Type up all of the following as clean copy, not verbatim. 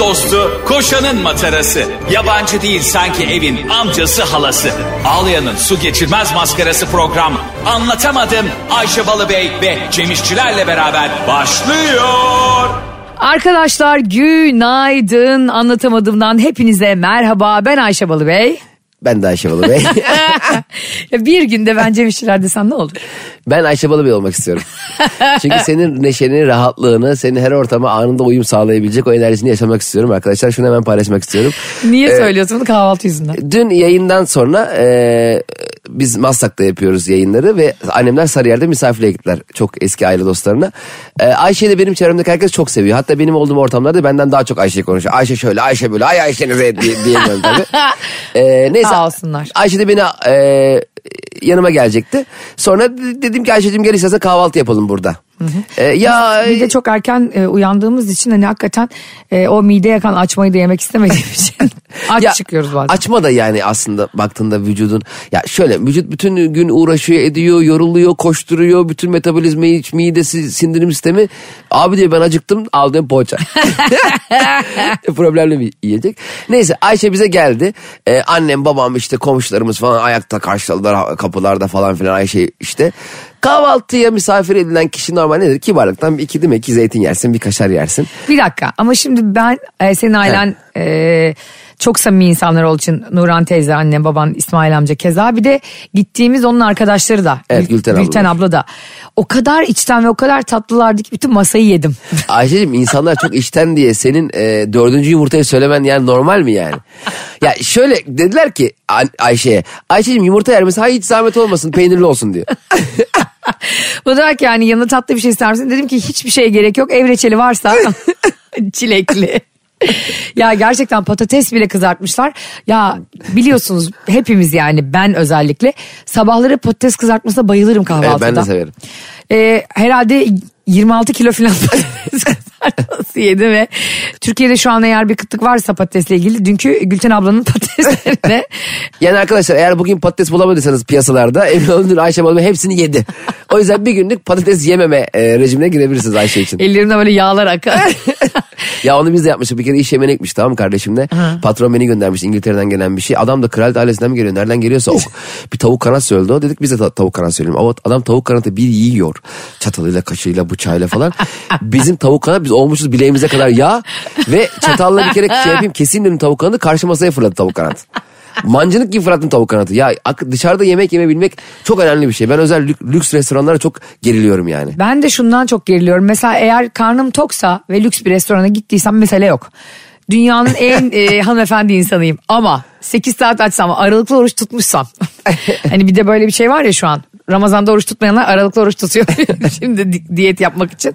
dostu, koşanın matarası. Yabancı değil sanki evin amcası halası. Ağlayan'ın su geçirmez maskarası program. Anlatamadım Ayşe Balıbey ve Cem İşçilerle beraber başlıyor. Arkadaşlar günaydın. Anlatamadığımdan hepinize merhaba. Ben Ayşe Balıbey. Ben de Ayşe Balıbey. Bir günde ben Cem İşçiler desem ne olur? Ben Ayşe Balıbey olmak istiyorum. Çünkü senin neşeni, rahatlığını, senin her ortama anında uyum sağlayabilecek o enerjini yaşamak istiyorum arkadaşlar. Şunu hemen paylaşmak istiyorum. Niye söylüyorsun bunu? Kahvaltı yüzünden? Dün yayından sonra biz Maslak'ta yapıyoruz yayınları ve annemler Sarıyer'de misafirliğe gittiler. Çok eski aile dostlarına. Ayşe'yi de benim çevremdeki herkes çok seviyor. Hatta benim olduğum ortamlarda benden daha çok Ayşe'yi konuşuyor. Ayşe şöyle, Ayşe böyle, ay Ayşe'nize diyemiyorum tabii. Neyse. Sağ olsunlar. Ayşe de beni yanıma gelecekti. Sonra dedim ki Ayşe'cim gel istersen kahvaltı yapalım burada. Ya bir de çok erken uyandığımız için hani hakikaten o mide yakan açmayı da yemek istemediğim için aç çıkıyoruz bazen. Açma da yani aslında baktığında vücudun ya şöyle vücut bütün gün uğraşıyor ediyor, yoruluyor, koşturuyor, bütün metabolizmayı, midesi, sindirim sistemi. Abi diyor ben acıktım, aldığım poğaça. Problemli bir yiyecek. Neyse Ayşe bize geldi. Annem babam işte komşularımız falan ayakta karşıladılar kapılarda falan filan Ayşe işte. Kahvaltıya misafir edilen kişi normal nedir? Kibarlıktan iki değil mi? İki zeytin yersin, bir kaşar yersin. Bir dakika ama şimdi ben senin ailen çok samimi insanlar olduğu için Nurhan teyze, annem, baban, İsmail amca keza. Bir de gittiğimiz onun arkadaşları da. Evet, Gülten abla da. O kadar içten ve o kadar tatlılardı ki bütün masayı yedim. Ayşe'cim insanlar çok içten diye senin dördüncü yumurtayı söylemen yani normal mi yani? Ya şöyle dediler ki Ayşe'ye. Ayşe'cim yumurta yer misin? Hayır hiç zahmet olmasın peynirli olsun diyor. O da ki yani yanına tatlı bir şey ister misin? Dedim ki hiçbir şeye gerek yok. Ev reçeli varsa çilekli. Ya gerçekten patates bile kızartmışlar. Ya biliyorsunuz hepimiz yani ben özellikle sabahları patates kızartmasına bayılırım kahvaltıda. Evet, ben de severim. Herhalde 26 kilo falan patates kızartması yedim ve Türkiye'de şu an eğer bir kıtlık varsa patatesle ilgili dünkü Gülten ablanın patateslerine. Yani arkadaşlar eğer bugün patates bulamadıysanız piyasalarda emin olun Ayşe Balıbey hepsini yedi. O yüzden bir günlük patates yememe rejimine girebilirsiniz Ayşe için. Ellerimde böyle yağlar akar. Ya onu biz de yapmıştık. Bir kere iş yemeğine gitmiş tamam kardeşimle. Patron beni göndermiş İngiltere'den gelen bir şey. Adam da kraliyet ailesinden mi geliyor? Nereden geliyorsa bir tavuk kanat söyledi o. Dedik biz de tavuk kanat söyleyelim. Ama adam tavuk kanatı bir yiyor. Çatalıyla, kaşığıyla, bıçağıyla falan. Bizim tavuk kanat biz olmuşuz bileğimize kadar yağ. Ve çatalla bir kere şey yapayım keseyim dedim tavuk kanatı. Karşı masaya fırladı tavuk kanat. Mancınık gibi fırlattım tavuk kanatı. Ya dışarıda yemek yemebilmek çok önemli bir şey. Ben özel lüks restoranlara çok geriliyorum yani. Ben de şundan çok geriliyorum. Mesela eğer karnım toksa ve lüks bir restorana gittiysem mesele yok. Dünyanın en hanımefendi insanıyım ama 8 saat açsam aralıklı oruç tutmuşsam. Hani bir de böyle bir şey var ya şu an. Ramazan'da oruç tutmayanlar aralıklı oruç tutuyor. Şimdi diyet yapmak için.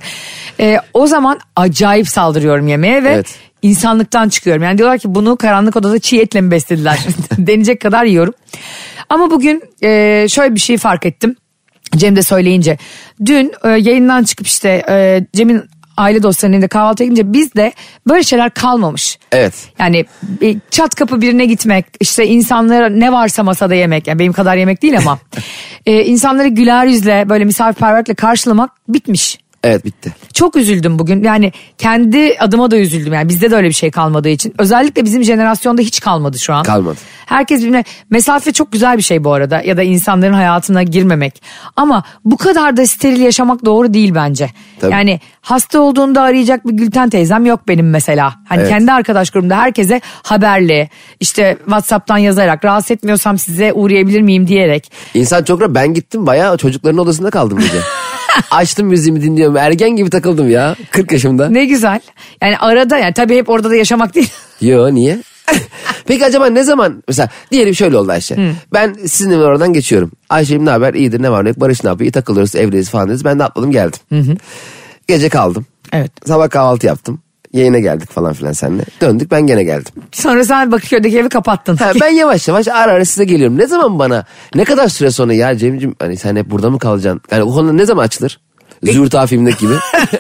O zaman acayip saldırıyorum yemeğe ve evet. insanlıktan çıkıyorum. Yani diyorlar ki bunu karanlık odada çiğ etle mi beslediler? Denecek kadar yiyorum. Ama bugün şöyle bir şey fark ettim. Cem de söyleyince. Dün yayından çıkıp işte Cem'in aile dostlarının evinde kahvaltıya gidince bizde böyle şeyler kalmamış. Evet. Yani çat kapı birine gitmek, işte insanlara ne varsa masada yemek. Yani benim kadar yemek değil ama insanları güler yüzle böyle misafirperverlikle karşılamak bitmiş. Evet bitti. Çok üzüldüm bugün. Yani kendi adıma da üzüldüm. Yani bizde de öyle bir şey kalmadığı için. Özellikle bizim jenerasyonda hiç kalmadı şu an. Kalmadı. Herkes birbirine mesafe çok güzel bir şey bu arada. Ya da insanların hayatına girmemek. Ama bu kadar da steril yaşamak doğru değil bence. Tabii. Yani hasta olduğunda arayacak bir Gülten teyzem yok benim mesela. Hani evet. Kendi arkadaş grubumda herkese haberli, işte WhatsApp'tan yazarak rahatsız etmiyorsam size uğrayabilir miyim diyerek. İnsan çok rahat. Ben gittim bayağı çocukların odasında kaldım gece. Açtım müziğimi dinliyorum. Ergen gibi takıldım ya. 40 yaşımda. Ne güzel. Yani arada yani tabii hep orada da yaşamak değil. Yo niye? Peki acaba ne zaman mesela diyelim şöyle oldu Ayşe. Ben sizinle oradan geçiyorum. Ayşe'm ne haber? İyidir ne var ne yok? Barış ne yapıyor? İyi takılıyoruz evdeyiz falan dediniz. Ben de atladım geldim. Gece kaldım. Evet. Sabah kahvaltı yaptım. Yayına geldik falan filan seninle. Döndük ben gene geldim. Sonra sen Bakırköy'deki evi kapattın. Ben yavaş yavaş ara ara size geliyorum. Ne zaman bana ne kadar süre sonra ya Cem'ciğim hani sen hep burada mı kalacaksın? Yani o konuda ne zaman açılır? Züğürt Ağa filmindeki gibi.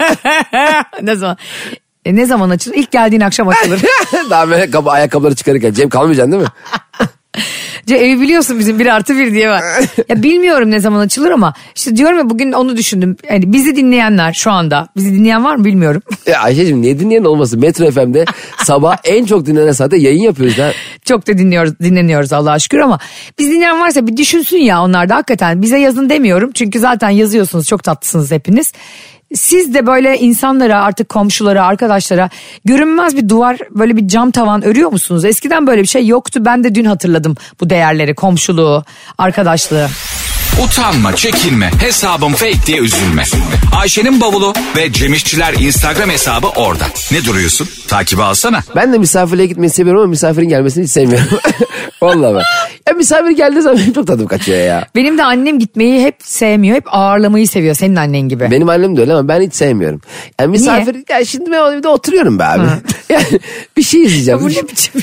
Ne zaman? Ne zaman açılır? İlk geldiğin akşam açılır. Daha böyle ayakkabıları çıkarırken Cem kalmayacaksın değil mi? Evi biliyorsun bizim 1+1 diye var. Ya bilmiyorum ne zaman açılır ama işte diyorum ya bugün onu düşündüm. Yani bizi dinleyenler şu anda, bizi dinleyen var mı bilmiyorum. Ya Ayşe'cim niye dinleyen olmasın? Metro FM'de sabah en çok dinlenen saatte yayın yapıyoruz. Ha. Çok da dinleniyoruz Allah'a şükür ama biz dinleyen varsa bir düşünsün ya onlar da hakikaten. Bize yazın demiyorum çünkü zaten yazıyorsunuz, çok tatlısınız hepiniz. Siz de böyle insanlara, artık komşulara, arkadaşlara görünmez bir duvar, böyle bir cam tavan örüyor musunuz? Eskiden böyle bir şey yoktu. Ben de dün hatırladım bu değerleri, komşuluğu, arkadaşlığı. Utanma, çekinme, hesabım fake diye üzülme. Ayşe'nin bavulu ve Cemişçiler Instagram hesabı orada. Ne duruyorsun? Takibi alsana. Ben de misafirliğe gitmeyi seviyorum ama misafirin gelmesini hiç sevmiyorum. Vallahi ben. Ya misafir geldiği zaman benim çok tadım kaçıyor ya. Benim de annem gitmeyi hep sevmiyor. Hep ağırlamayı seviyor, senin annen gibi. Benim annem de öyle ama ben hiç sevmiyorum. Yani misafir, ya şimdi ben evde oturuyorum be abi. Yani bir şey izleyeceğim. Ya bu ne biçim?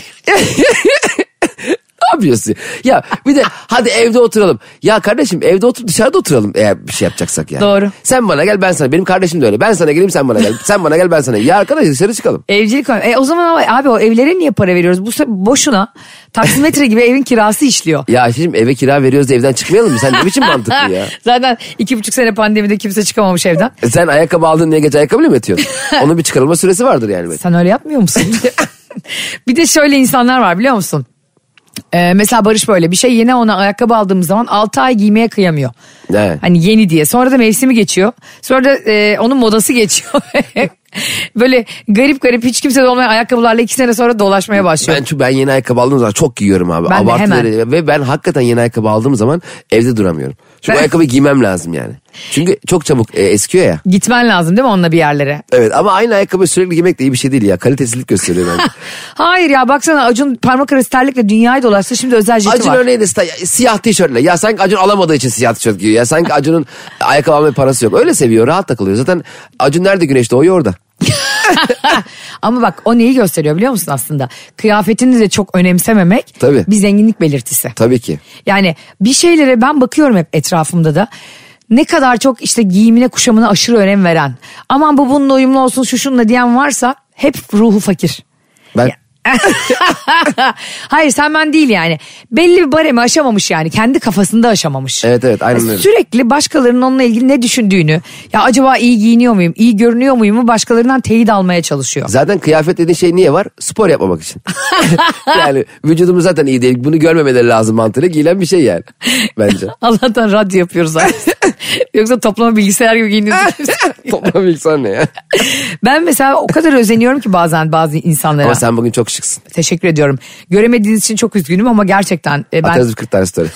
Ne yapıyorsun? Ya bir de hadi evde oturalım. Ya kardeşim evde oturup dışarıda oturalım eğer bir şey yapacaksak yani. Doğru. Sen bana gel ben sana. Benim kardeşim de öyle. Ben sana geleyim sen bana gel. Sen bana gel ben sana. Ya arkadaş dışarı çıkalım. Evcilik o zaman abi o evlere niye para veriyoruz? Bu boşuna taksimetre gibi evin kirası işliyor. Ya Ayşe'cim eve kira veriyoruz da evden çıkmayalım mı? Sen ne biçim mantıklı ya? Zaten 2,5 sene pandemide kimse çıkamamış evden. Sen ayakkabı aldın diye gece ayakkabıyla mı yatıyorsun? Onun bir çıkarılma süresi vardır yani. Sen öyle yapmıyor musun? Bir de şöyle insanlar var biliyor musun? Mesela Barış böyle bir şey, yine ona ayakkabı aldığımız zaman 6 ay giymeye kıyamıyor. Evet. Hani yeni diye. Sonra da mevsimi geçiyor. Sonra da onun modası geçiyor. Böyle garip hiç kimse de olmayan ayakkabılarla 2 sene sonra dolaşmaya başlıyor. Ben yeni ayakkabı aldığım zaman çok giyiyorum abi. Ben de hemen. Ve ben hakikaten yeni ayakkabı aldığım zaman evde duramıyorum. Çünkü ayakkabıyı giymem lazım yani. Çünkü çok çabuk eskiyor ya. Gitmen lazım değil mi onunla bir yerlere? Evet ama aynı ayakkabıyı sürekli giymek de iyi bir şey değil ya. Kalitesizlik gösteriyor bence. Hayır ya baksana Acun parmak arası terlikle dünyayı dolaştı, şimdi özel jeti Acun var. örneği de siyah tişörtle. Ya sanki Acun alamadığı için siyah tişört giyiyor. Ya sanki Acun'un ayakkabı almaya parası yok. Öyle seviyor, rahat takılıyor. Zaten Acun nerede güneş doğuyor orada. Ama bak o neyi gösteriyor biliyor musun aslında? Kıyafetini de çok önemsememek Tabii. bir zenginlik belirtisi. Tabii ki. Yani bir şeylere ben bakıyorum hep etrafımda da. Ne kadar çok işte giyimine kuşamına aşırı önem veren. Aman bu bununla uyumlu olsun şu şunla diyen varsa hep ruhu fakir. Ben... Hayır sen ben değil yani. Belli bir baremi aşamamış yani. Kendi kafasında aşamamış. Evet aynen öyle. Sürekli başkalarının onunla ilgili ne düşündüğünü, ya acaba iyi giyiniyor muyum, iyi görünüyor muyum başkalarından teyit almaya çalışıyor. Zaten kıyafet dediğin şey niye var? Spor yapmamak için. Yani vücudumuz zaten iyi değil. Bunu görmemeleri lazım mantığıyla giyilen bir şey yani. Bence. Allah'tan radyo yapıyoruz artık. Yoksa toplama bilgisayar gibi giyiniyoruz. Toplama bilgisayar ne ya? Ben mesela o kadar özeniyorum ki bazen bazı insanlara. Ama sen bugün çok şıksın. Teşekkür ediyorum. Göremediğiniz için çok üzgünüm ama gerçekten ben... Atarız 40 tane story.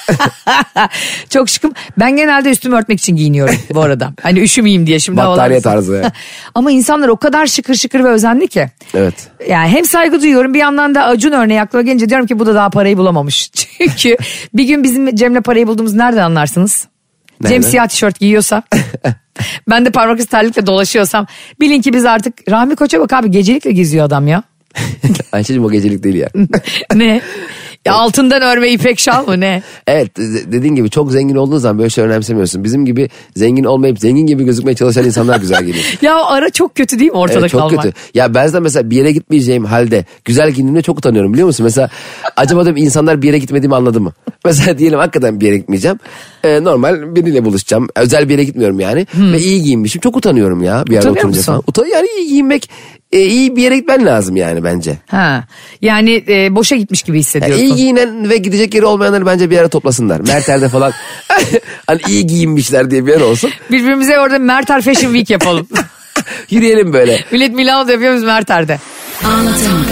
Çok şıkım. Ben genelde üstümü örtmek için giyiniyorum bu arada. Hani üşümeyeyim diye şimdi. Battaniye tarzı ya. Ama insanlar o kadar şıkır ve özenli ki. Evet. Yani hem saygı duyuyorum, bir yandan da Acun örneği aklıma gelince diyorum ki bu da daha parayı bulamamış. Çünkü bir gün bizim Cem'le parayı bulduğumuzu nereden anlarsınız? Nerede? Cem siyah tişört giyiyorsa, ben de parmak arası terlikle dolaşıyorsam bilin ki biz artık... Rahmi Koç'a bak abi, gecelikle geziyor adam ya. Ayşe'cim o gecelik değil ya. Ne? Ya altından örme ipek şal mı ne? Evet dediğin gibi çok zengin olduğun zaman böyle şey önemsemiyorsun. Bizim gibi zengin olmayıp zengin gibi gözükmeye çalışan insanlar güzel geliyor. Ya ara çok kötü değil mi ortada Evet, çok kalmak? kötü. Ya ben de mesela bir yere gitmeyeceğim halde güzel giyindiğimde çok utanıyorum biliyor musun? Mesela acaba diyorum insanlar bir yere gitmediğimi anladı mı? Mesela diyelim hakikaten bir yere gitmeyeceğim. Normal biriyle buluşacağım. Özel bir yere gitmiyorum yani. Ve iyi giyinmişim. Çok utanıyorum ya bir yerde oturunca falan. Yani iyi giyinmek, iyi bir yere gitmen lazım yani bence. Ha. Yani boşa gitmiş gibi hissediyorsun. Yani iyi giyinen ve gidecek yeri olmayanları bence bir yere toplasınlar. Merter'de falan hani iyi giyinmişler diye bir yer olsun. Birbirimize orada Merter Fashion Week yapalım. Yürüyelim böyle. Millet Milano'da yapıyoruz Merter'de. Anlatamadım.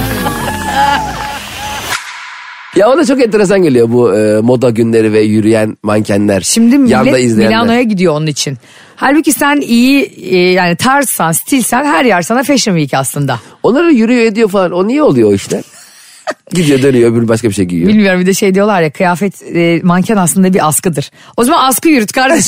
Ya o da çok enteresan geliyor bu moda günleri ve yürüyen mankenler. Şimdi millet izleyenler. Milano'ya gidiyor onun için. Halbuki sen iyi yani tarzsan, stilsen her yer sana Fashion Week aslında. Onları yürüyor ediyor falan. O niye oluyor o işler? Gidiyor dönüyor öbürü başka bir şey giyiyor. Bilmiyorum, bir de şey diyorlar ya, kıyafet manken aslında bir askıdır. O zaman askı yürüt kardeşim.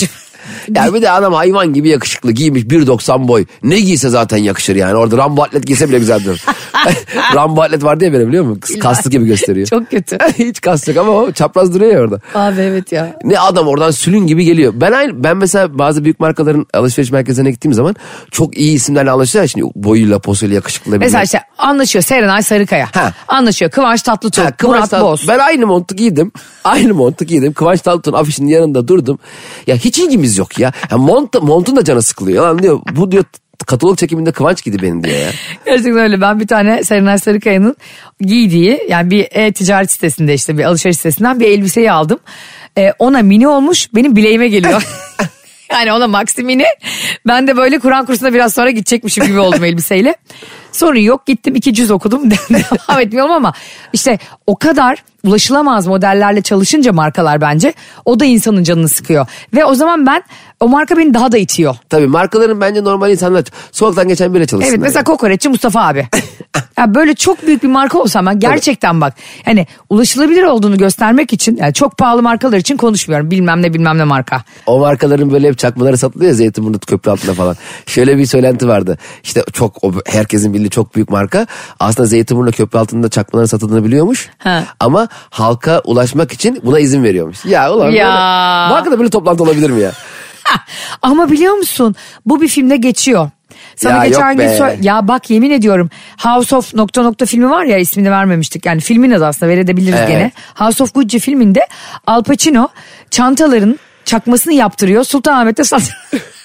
Ya bir de adam hayvan gibi yakışıklı, giymiş 1.90 boy. Ne giyse zaten yakışır yani. Orada Rambo atlet giyse bile güzeldir. Rambo atlet vardı ya böyle, biliyor musun? Kaslı gibi gösteriyor. Çok kötü. Hiç kaslı yok ama o çapraz duruyor ya orada. Abi evet ya. Ne adam oradan sülün gibi geliyor. Ben mesela bazı büyük markaların alışveriş merkezlerine gittiğim zaman çok iyi isimlerle anlaşıyor. Şimdi boyuyla, posuyla, yakışıklı. Mesela işte anlaşıyor Serenay Sarıkaya. Ha. Anlaşıyor Kıvanç Tatlıtuğ, Murat Boz. Ben aynı montu giydim. Kıvanç Tatlıtuğ'un afişinin yanında durdum. Ya hiç ilgimiz yok ya. Montun da canı sıkılıyor. Lan diyor, bu diyor katalog çekiminde Kıvanç giydi beni diyor ya. Gerçekten öyle. Ben bir tane Serenay Sarıkaya'nın giydiği, yani bir e-ticaret sitesinde, işte bir alışveriş sitesinden bir elbiseyi aldım. Ona mini olmuş, benim bileğime geliyor. Yani ona maxi mini. Ben de böyle Kur'an kursuna biraz sonra gidecekmişim gibi oldum elbiseyle. Sorun yok, gittim 2 cüz okudum. Devam etmiyorum ama işte o kadar ulaşılamaz modellerle çalışınca markalar, bence o da insanın canını sıkıyor. Ve o zaman o marka beni daha da itiyor. Tabii markaların bence normal insanlar sokaktan geçen biriyle çalışsınlar. Evet, mesela yani. Kokoreççi Mustafa abi. Ya böyle çok büyük bir marka olsam ben gerçekten tabii. Bak hani ulaşılabilir olduğunu göstermek için, yani çok pahalı markalar için konuşmuyorum, bilmem ne marka. O markaların böyle hep çakmaları satılıyor ya, Zeytinburnu köprü altında falan. Şöyle bir söylenti vardı. İşte herkesin bildiği çok büyük marka aslında Zeytinburnu köprü altında çakmaların satıldığını biliyormuş. Ha. Ama halka ulaşmak için buna izin veriyormuş. Ya ulan ya. Markada böyle toplantı olabilir mi ya? Ama biliyor musun, bu bir filmde geçiyor. Sana geçen gün ya bak, yemin ediyorum, House of ... filmi var ya, ismini vermemiştik. Yani filmin adı aslında, verebiliriz gene. House of Gucci filminde Al Pacino çantaların çakmasını yaptırıyor. Sultanahmet'te satıyor.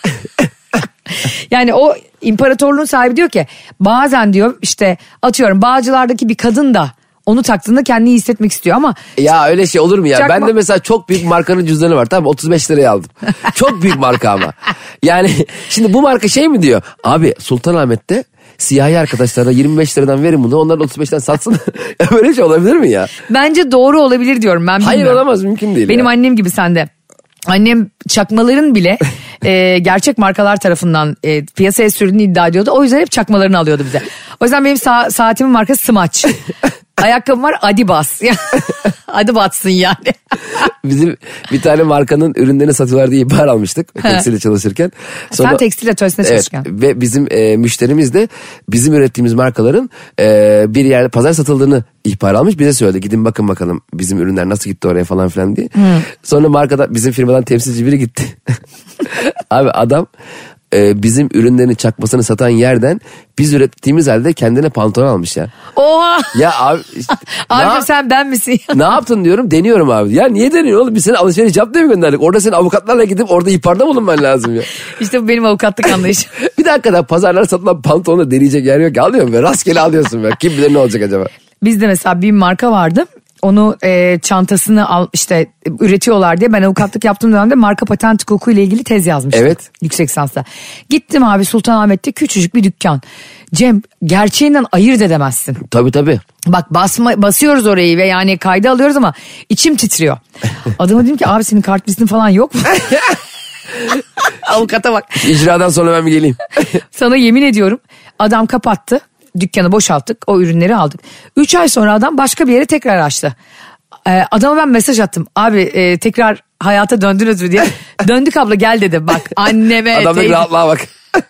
Yani o imparatorluğun sahibi diyor ki, bazen diyor işte atıyorum Bağcılar'daki bir kadın da onu taktığında kendini iyi hissetmek istiyor ama... Ya öyle şey olur mu ya? Ben de mesela çok büyük markanın cüzdanı var, tamam, 35 liraya aldım. Çok büyük marka ama. Yani şimdi bu marka şey mi diyor? Abi Sultanahmet'te siyahi arkadaşlara 25 liradan verin bunu, onlar 35'ten satsın. Böyle şey olabilir mi ya? Bence doğru olabilir diyorum ben. Hayır, olamaz, mümkün değil. Benim annem gibi sende. Annem çakmaların bile gerçek markalar tarafından piyasaya sürdüğünü iddia ediyordu. O yüzden hep çakmalarını alıyordu bize. O yüzden benim saatimin markası Smaç. Ayakkabım var Adibas. Hadi batsın yani. Bizim bir tane markanın ürünlerini satıyorlar diye ihbar almıştık tekstilde çalışırken. Sonra, sen tekstil atölyesinde çalışırken. Ve bizim müşterimiz de bizim ürettiğimiz markaların bir yerde pazar satıldığını ihbar almış. Bize söyledi, gidin bakın bakalım bizim ürünler nasıl gitti oraya falan filan diye. Sonra markada bizim firmadan temsilci biri gitti. Abi adam bizim ürünlerin çakmasını satan yerden biz ürettiğimiz halde kendine pantolon almış ya. Oha. Ya abi. Işte, abi sen ben misin? Ne yaptın diyorum, deniyorum abi. Ya niye deniyorsun oğlum, biz seni alışveriş yap diye mi gönderdik? Orada senin avukatlarla gidip orada ihbarda bulunman lazım ya. İşte bu benim avukatlık anlayışım. Bir dakika da pazarlara satılan pantolonu deneyecek yer yok ki, alıyorsun be, rastgele alıyorsun be. Kim bilir ne olacak acaba? Bizde mesela bir marka vardı. Onu çantasını işte üretiyorlar diye ben avukatlık yaptığım dönemde marka patent hukuku ile ilgili tez yazmıştım. Evet. Yüksek lisansla. Gittim abi Sultanahmet'te küçücük bir dükkan. Cem, gerçeğinden ayırt edemezsin. Tabii. Bak basıyoruz orayı ve yani kayda alıyoruz ama içim titriyor. Adama dedim ki abi senin kartvizitin falan yok mu? Avukata bak. İcradan sonra ben mi geleyim? Sana yemin ediyorum, adam kapattı. Dükkanı boşalttık, o ürünleri aldık. 3 ay sonra adam başka bir yere tekrar açtı. Adama ben mesaj attım. Abi tekrar hayata döndünüz mü diye. Döndük abla, gel dedi. Bak anneme. Adamın rahatlığa bak.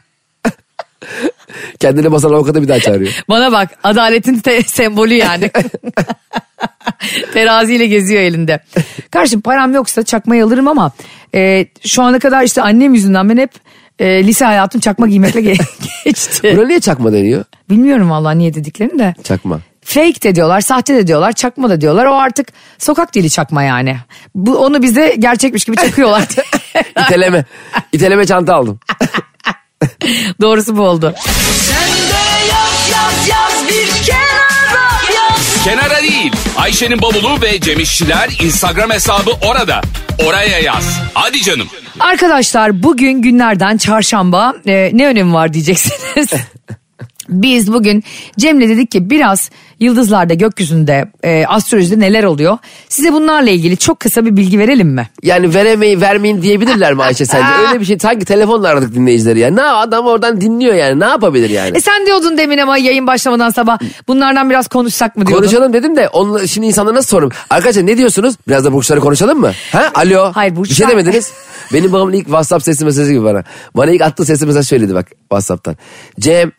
Kendine basan avukata bir daha çağırıyor. Bana bak, adaletin sembolü yani. Teraziyle geziyor elinde. Kardeşim param yoksa çakmayı alırım ama şu ana kadar işte annem yüzünden ben hep lise hayatım çakma giymekle geçti. Buna niye çakma deniyor? Bilmiyorum vallahi niye dediklerini de. Çakma. Fake de diyorlar, sahte de diyorlar, çakma da diyorlar. O artık sokak dili çakma yani. Onu bize gerçekmiş gibi çakıyorlar. İteleme çanta aldım. Doğrusu bu oldu. Sen de yaz bir kenara yaz. Kenara değil. Ayşe'nin bavulu ve Cemişçiler Instagram hesabı orada. Oraya yaz. Hadi canım. Arkadaşlar bugün günlerden çarşamba, ne önemi var diyeceksiniz. Biz bugün Cem'le dedik ki biraz yıldızlarda, gökyüzünde, astrolojide neler oluyor? Size bunlarla ilgili çok kısa bir bilgi verelim mi? Yani vermeyin diyebilirler mi Ayşe sence? Öyle bir şey, sanki telefonla aradık dinleyicileri ya. Ne adam oradan dinliyor yani, ne yapabilir yani? Sen diyordun demin ama yayın başlamadan sabah bunlardan biraz konuşsak mı diyordun? Konuşalım dedim de şimdi insanlara nasıl sorayım? Arkadaşlar ne diyorsunuz? Biraz da burçları konuşalım mı? Ha? Alo. Hayır, burçlar... Bir şey demediniz. Benim babamın ilk WhatsApp sesli mesajı gibi bana. Bana ilk attığı sesli mesaj söyledi bak WhatsApp'tan. Cem.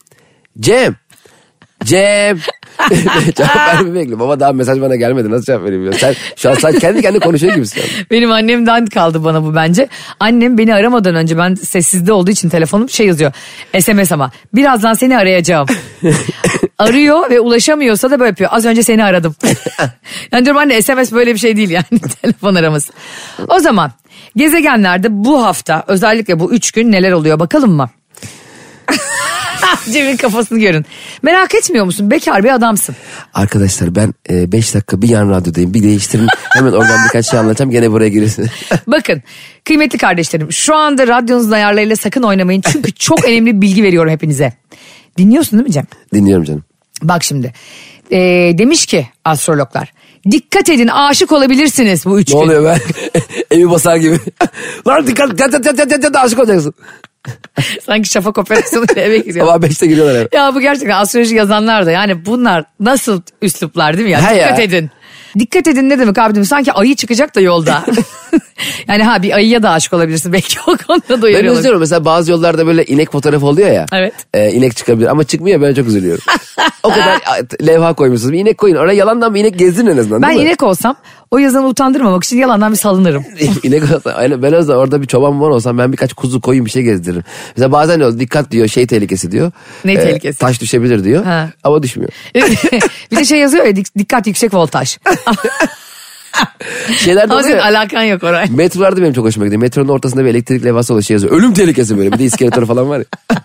Cevap vermeyi bekliyorum. Baba daha mesaj bana gelmedi. Nasıl cevap vereyim? Sen şu an kendi kendine konuşuyor gibisin. Benim annemden kaldı bana bu bence. Annem beni aramadan önce, ben sessizde olduğu için telefonum yazıyor. SMS ama. Birazdan seni arayacağım. Arıyor ve ulaşamıyorsa da böyle yapıyor. Az önce seni aradım. Yani diyorum anne, SMS böyle bir şey değil yani. Telefon araması. O zaman gezegenlerde bu hafta özellikle bu 3 gün neler oluyor bakalım mı? Cem'in kafasını görün. Merak etmiyor musun? Bekar bir adamsın. Arkadaşlar ben 5 dakika bir yan radyodayım. Bir değiştirin. Hemen oradan birkaç şey anlatacağım. Gene buraya girirsin. Bakın kıymetli kardeşlerim, şu anda radyonuzun ayarlarıyla sakın oynamayın. Çünkü çok önemli bir bilgi veriyorum hepinize. Dinliyorsun değil mi Cem? Dinliyorum canım. Bak şimdi. Demiş ki astrologlar. Dikkat edin, aşık olabilirsiniz bu 3 gün. Ne oluyor be? Evi basar gibi. Lan dikkat aşık olacaksın. Sanki şafak operasyonuyla eve giriyor. Ama 5'te giriyorlar eve. Ya bu gerçekten astroloji yazanlar da yani bunlar nasıl üsluplar değil mi ya? He Dikkat ya. edin. Dikkat edin ne demek abi? Sanki ayı çıkacak da yolda. Yani bir ayıya da aşık olabilirsin. Belki o konuda da uyarı Ben olur. üzülüyorum. Mesela bazı yollarda böyle inek fotoğrafı oluyor ya. Evet. İnek çıkabilir ama çıkmıyor, ben çok üzülüyorum. O kadar levha koymuşsunuz. Bir inek koyun. Oraya yalandan bir inek gezdirin en azından. Ben değil mi? inek olsam o yazanı utandırmamak için yalandan bir salınırım. İnek olsa, aynen, ben o zaman orada bir çoban var olsam ben birkaç kuzu koyun bir şey gezdiririm. Mesela bazen diyor dikkat diyor, şey tehlikesi diyor. Ne tehlikesi? Taş düşebilir diyor. Ha. Ama düşmüyor. Bir de yazıyor ya, dikkat yüksek voltaj. Şeylerde Ama senin oluyor. alakan yok oraya. Metrolarda benim çok hoşuma gidiyor. Metronun ortasında bir elektrik levhası oluyor, yazıyor. Ölüm tehlikesi böyle. Bir de iskeletörü falan var ya.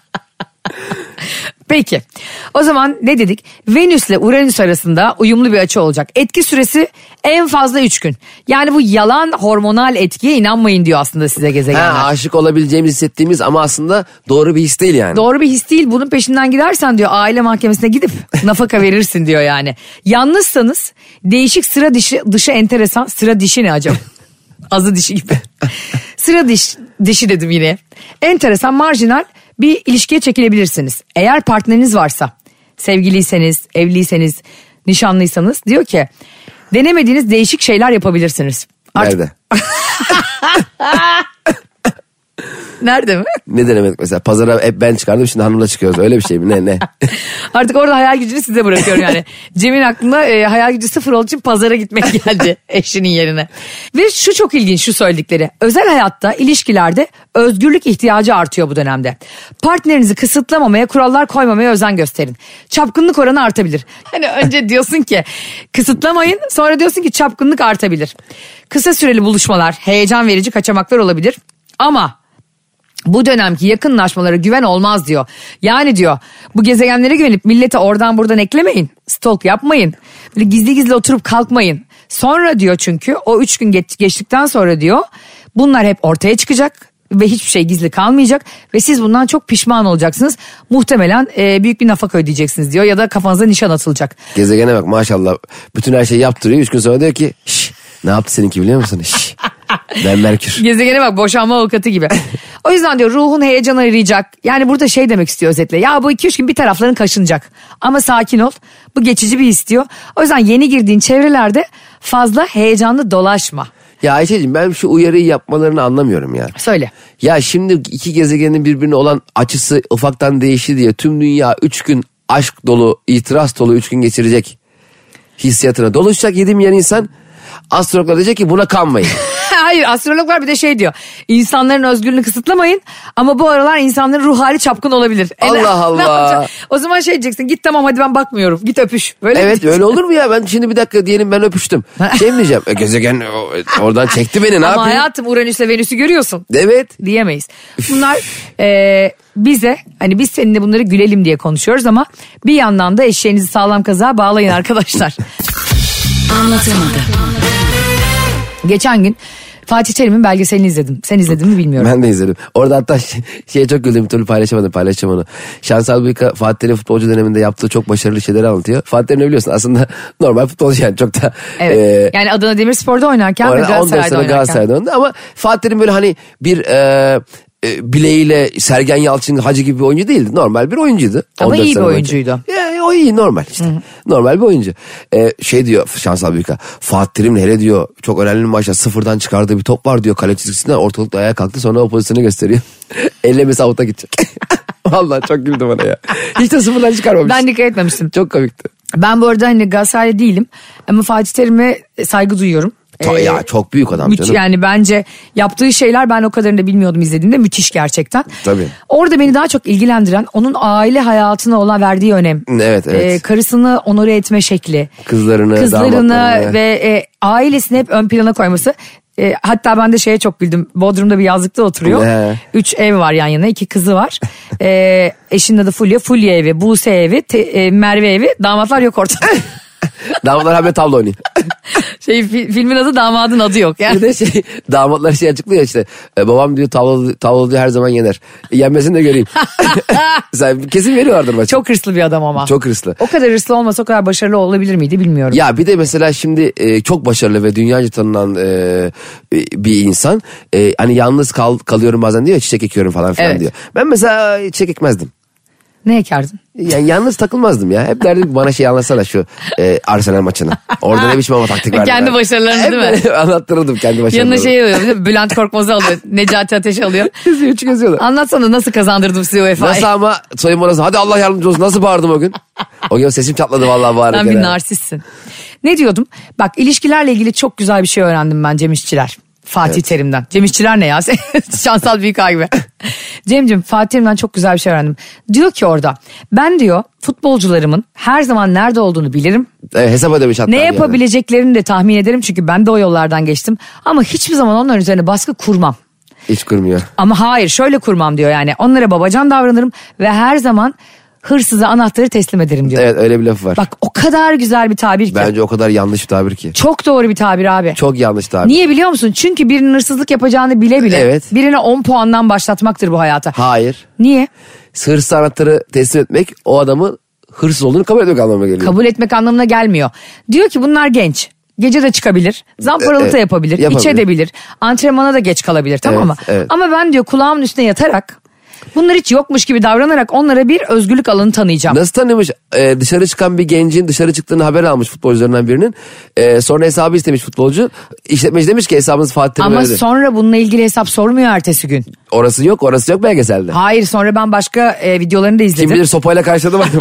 Peki. O zaman ne dedik? Venüs ile Uranüs arasında uyumlu bir açı olacak. Etki süresi en fazla 3 gün. Yani bu yalan hormonal etkiye inanmayın diyor aslında size gezegenler. Aşık olabileceğimiz hissettiğimiz ama aslında doğru bir his değil yani. Doğru bir his değil. Bunun peşinden gidersen diyor aile mahkemesine gidip nafaka verirsin diyor yani. Yalnızsanız değişik sıra dışı enteresan. Sıra dişi ne acaba? Azı dişi gibi. Sıra dişi dedim yine. Enteresan, marjinal bir ilişkiye çekilebilirsiniz. Eğer partneriniz varsa, sevgiliyseniz, evliyseniz, nişanlıysanız diyor ki denemediğiniz değişik şeyler yapabilirsiniz. Nerede? Nerede mi? Ne denemek mesela? Pazara hep ben çıkardım, şimdi hanımla çıkıyoruz. Öyle bir şey mi? Ne? Artık orada hayal gücünü size bırakıyorum yani. Cem'in aklına hayal gücü sıfır olduğu için pazara gitmek geldi eşinin yerine. Ve şu çok ilginç, şu söyledikleri. Özel hayatta, ilişkilerde özgürlük ihtiyacı artıyor bu dönemde. Partnerinizi kısıtlamamaya, kurallar koymamaya özen gösterin. Çapkınlık oranı artabilir. Hani önce diyorsun ki kısıtlamayın, sonra diyorsun ki çapkınlık artabilir. Kısa süreli buluşmalar, heyecan verici kaçamaklar olabilir. Ama bu dönemki yakınlaşmalara güven olmaz diyor. Yani diyor bu gezegenlere güvenip millete oradan buradan eklemeyin. Stalk yapmayın. Böyle gizli gizli oturup kalkmayın. Sonra diyor, çünkü o 3 gün geçtikten sonra diyor bunlar hep ortaya çıkacak. Ve hiçbir şey gizli kalmayacak. Ve siz bundan çok pişman olacaksınız. Muhtemelen büyük bir nafaka ödeyeceksiniz diyor. Ya da kafanıza nişan atılacak. Gezegene bak maşallah. Bütün her şeyi yaptırıyor. 3 gün sonra diyor ki ne yaptı seninki biliyor musun? Ben Merkür. Gezegene bak, boşanma avukatı gibi. O yüzden diyor ruhun heyecan arayacak. Yani burada demek istiyor özetle. Ya bu 2-3 gün bir tarafların kaşınacak. Ama sakin ol. Bu geçici bir his diyor. O yüzden yeni girdiğin çevrelerde fazla heyecanlı dolaşma. Ya Ayşe'cim ben şu uyarıyı yapmalarını anlamıyorum ya. Söyle. Ya şimdi iki gezegenin birbirine olan açısı ufaktan değişti diye tüm dünya 3 gün aşk dolu, itiraz dolu 3 gün geçirecek hissiyatına doluşacak 7 milyon insan. Astrologlar diyecek ki buna kanmayın. Hayır, astrologlar bir de diyor. İnsanların özgürlüğünü kısıtlamayın ama bu aralar insanların ruh hali çapkın olabilir. Allah Allah. O zaman diyeceksin, git tamam hadi ben bakmıyorum, git öpüş. Böyle evet öyle olur mu ya? Ben şimdi bir dakika diyelim ben öpüştüm. Şey mi diyeceğim? Gezegen oradan çekti beni, ne ama yapayım? hayatım Uranüs'le Venüs'ü görüyorsun. Evet. Diyemeyiz. Bunlar bize, hani biz seninle bunları gülelim diye konuşuyoruz ama bir yandan da eşeğinizi sağlam kazığa bağlayın arkadaşlar. Anlatamadım. Geçen gün Fatih Terim'in belgeselini izledim. Sen izledin mi bilmiyorum. Ben de izledim. Orada hatta şeye çok güldüm, bir türlü paylaşacağım onu. Şansal Büyük'a Fatih Terim futbolcu döneminde yaptığı çok başarılı şeyleri anlatıyor. Fatih Terim ne biliyorsun, aslında normal futbolcu yani, çok da. Evet. Yani Adana Demirspor'da oynarken ve Galatasaray'da oynarken. Galatasaray'da oynadı ama Fatih Terim böyle hani bir bileğiyle Sergen Yalçın Hacı gibi bir oyuncu değildi. Normal bir oyuncuydu. Ama iyi bir oyuncuydu. O iyi, normal işte. Hı-hı. Normal bir oyuncu. Şey diyor Şansal Büyük'a, Fatih Terim'le hele diyor çok önemli bir maçta sıfırdan çıkardığı bir top var diyor, kale çizgisinden ortalıkta ayağa kalktı, sonra o pozisyonu gösteriyor. Ellemesi avuta gidecek. Vallahi çok güldüm ona ya. Hiç de sıfırdan çıkarmamış. Ben dikkat etmemiştim. Çok komikti. Ben bu arada hani Galatasaraylı değilim ama Fatih Terim'e saygı duyuyorum. Ya çok büyük adam canım. Yani bence yaptığı şeyler, ben o kadarını da bilmiyordum izlediğimde, müthiş gerçekten. Tabii. Orada beni daha çok ilgilendiren onun aile hayatına olan verdiği önem. Evet. Karısını onore etme şekli. Kızlarını ve ailesini hep ön plana koyması. Hatta ben de şeye çok güldüm. Bodrum'da bir yazlıkta oturuyor. 3 ev var yan yana, 2 kızı var. Eşinin adı Fulya. Fulya evi, Buse evi, Merve evi. Damatlar yok ortada. Damatlar hemen tavla oynuyor. Filmin adı damadın adı yok. Yani. Bir de damatlar açıklıyor işte. Babam diyor tavla diyor her zaman yener. Yenmesini de göreyim. Kesin veriyorlardır maçı. Çok hırslı bir adam ama. Çok hırslı. O kadar hırslı olmasa o kadar başarılı olabilir miydi bilmiyorum. Ya bir de mesela şimdi çok başarılı ve dünyaca tanınan bir insan. Hani yalnız kalıyorum bazen diyor, çiçek ekiyorum falan filan evet. diyor. Ben mesela çiçek ekmezdim. Ne ekerdin? Yani yalnız takılmazdım ya. Hep derdim bana anlatsana şu Arsenal maçını. Orada ne biçim ama taktik verdi. Kendi başarılarını değil mi? Anlattırırdım kendi başarılarını. Yanına alıyor. Bülent Korkmaz'ı alıyor. Necati Ateş alıyor. Yazıyorlar. Anlatsana nasıl kazandırdım size UEFA'yı. Nasıl ama soyunma odası. Hadi Allah yardımcı olsun. Nasıl bağırdım o gün? O gün sesim çatladı vallahi bağırırken. Sen bir narsistsin. Ne diyordum? Bak, ilişkilerle ilgili çok güzel bir şey öğrendim ben Cem İşçiler. Fatih Terim'den. Cem İşçiler ne ya? Şansal Büyükay gibi. Cem'cim, Fatih Terim'den çok güzel bir şey öğrendim. Diyor ki orada, ben diyor futbolcularımın her zaman nerede olduğunu bilirim. Hesap ödemiş hatta. Ne yapabileceklerini de tahmin ederim çünkü ben de o yollardan geçtim. Ama hiçbir zaman onların üzerine baskı kurmam. Hiç kurmuyor. Ama hayır, şöyle kurmam diyor yani. Onlara babacan davranırım ve her zaman hırsıza anahtarı teslim ederim diyor. Evet, öyle bir lafı var. Bak, o kadar güzel bir tabir ki. Bence o kadar yanlış bir tabir ki. Çok doğru bir tabir abi. Çok yanlış tabir. Niye biliyor musun? Çünkü birinin hırsızlık yapacağını bile Evet. birine 10 puandan başlatmaktır bu hayata. Hayır. Niye? Hırsız anahtarı teslim etmek o adamı hırsız olduğunu kabul etmek anlamına geliyor. Kabul etmek anlamına gelmiyor. Diyor ki bunlar genç. Gece de çıkabilir. Zamparalık da yapabilir. İçebilir. Antrenmana da geç kalabilir, tamam mı? Evet. Ama ben diyor kulağımın üstüne yatarak, bunlar hiç yokmuş gibi davranarak onlara bir özgürlük alanı tanıyacağım. Nasıl tanımış? Dışarı çıkan bir gencin dışarı çıktığını haber almış futbolcularından birinin. Sonra hesabı istemiş futbolcu. İşletmeci demiş ki hesabınız Fatih Terim'e Ama ödedi. sonra bununla ilgili hesap sormuyor ertesi gün. Orası yok belgeselde. Hayır, sonra ben başka videolarını da izledim. Kim bilir sopayla karşıladı mı?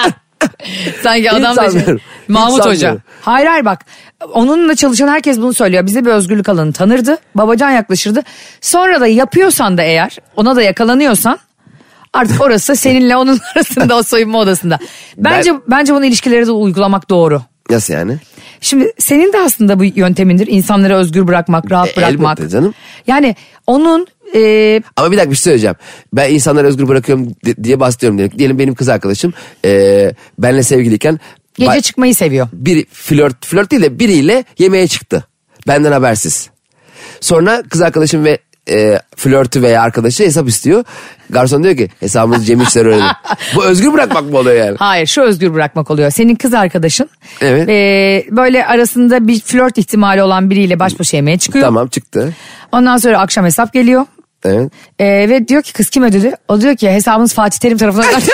Sanki adam da Mahmut Hoca. Hayır bak, onunla çalışan herkes bunu söylüyor. Bize bir özgürlük alanı tanırdı. Babacan yaklaşırdı. Sonra da yapıyorsan da eğer, ona da yakalanıyorsan, artık orası seninle onun arasında, o soyunma odasında. Bence bunu ilişkilere de uygulamak doğru. Nasıl yani? Şimdi senin de aslında bu yöntemindir. İnsanları özgür bırakmak, rahat bırakmak. Elbette canım. Yani onun... Ama bir dakika bir şey söyleyeceğim. Ben insanları özgür bırakıyorum diye bahsediyorum. Diyelim benim kız arkadaşım benle sevgiliyken... Gece çıkmayı seviyor. Bir flört değil de biriyle yemeğe çıktı. Benden habersiz. Sonra kız arkadaşım ve flörtü veya arkadaşı hesap istiyor. Garson diyor ki hesabımızı Cem İşçiler ödedi. Bu özgür bırakmak mı oluyor yani? Hayır, şu özgür bırakmak oluyor. Senin kız arkadaşın evet. Böyle arasında bir flört ihtimali olan biriyle baş başa yemeğe çıkıyor. Tamam, çıktı. Ondan sonra akşam hesap geliyor. Evet. Ve diyor ki kız kim ödedi? O diyor ki hesabınız Fatih Terim tarafından ödedi.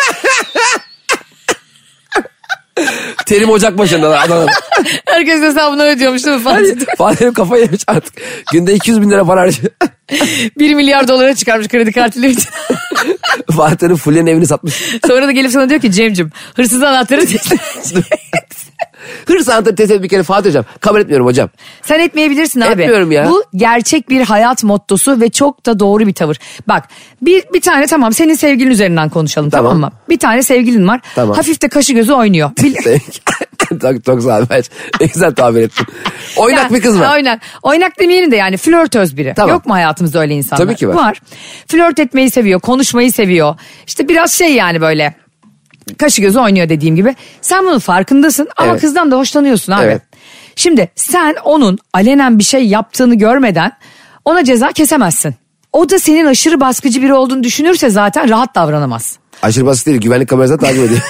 Terim ocak başında adam. Herkes hesabını ödüyormuş değil mi Fatih? Fatih Terim kafayı yemiş artık. Günde 200 bin lira para harcıyor. 1 milyar dolara çıkarmış kredi kartıyla için. Fatih Terim Fulya'nın evini satmış. Sonra da gelip sana diyor ki Cem'cim, hırsız anahtarı teslim. Hırsız anahtarı teslim et bir kere Fatih hocam. Kabul etmiyorum hocam. Sen etmeyebilirsin abi. Etmiyorum ya. Bu gerçek bir hayat mottosu ve çok da doğru bir tavır. Bak, bir tane, tamam, senin sevgilin üzerinden konuşalım, tamam mı? Bir tane sevgilin var. Tamam. Hafif de kaşı gözü oynuyor. Çok sağ ol. Ne güzel tabir ettin. Oynak bir kız var. Oynak demeyelim de yani flörtöz biri. Tamam. Yok mu hayatımızda öyle insanlar? Tabii ki var. Flört etmeyi seviyor, konuşmayı seviyor. İşte biraz şey yani böyle kaşı gözü oynuyor dediğim gibi. Sen bunun farkındasın ama kızdan da hoşlanıyorsun abi. Evet. Şimdi sen onun alenen bir şey yaptığını görmeden ona ceza kesemezsin. O da senin aşırı baskıcı biri olduğunu düşünürse zaten rahat davranamaz. Aşırı basit değil, güvenlik kamerasından takip ediyor.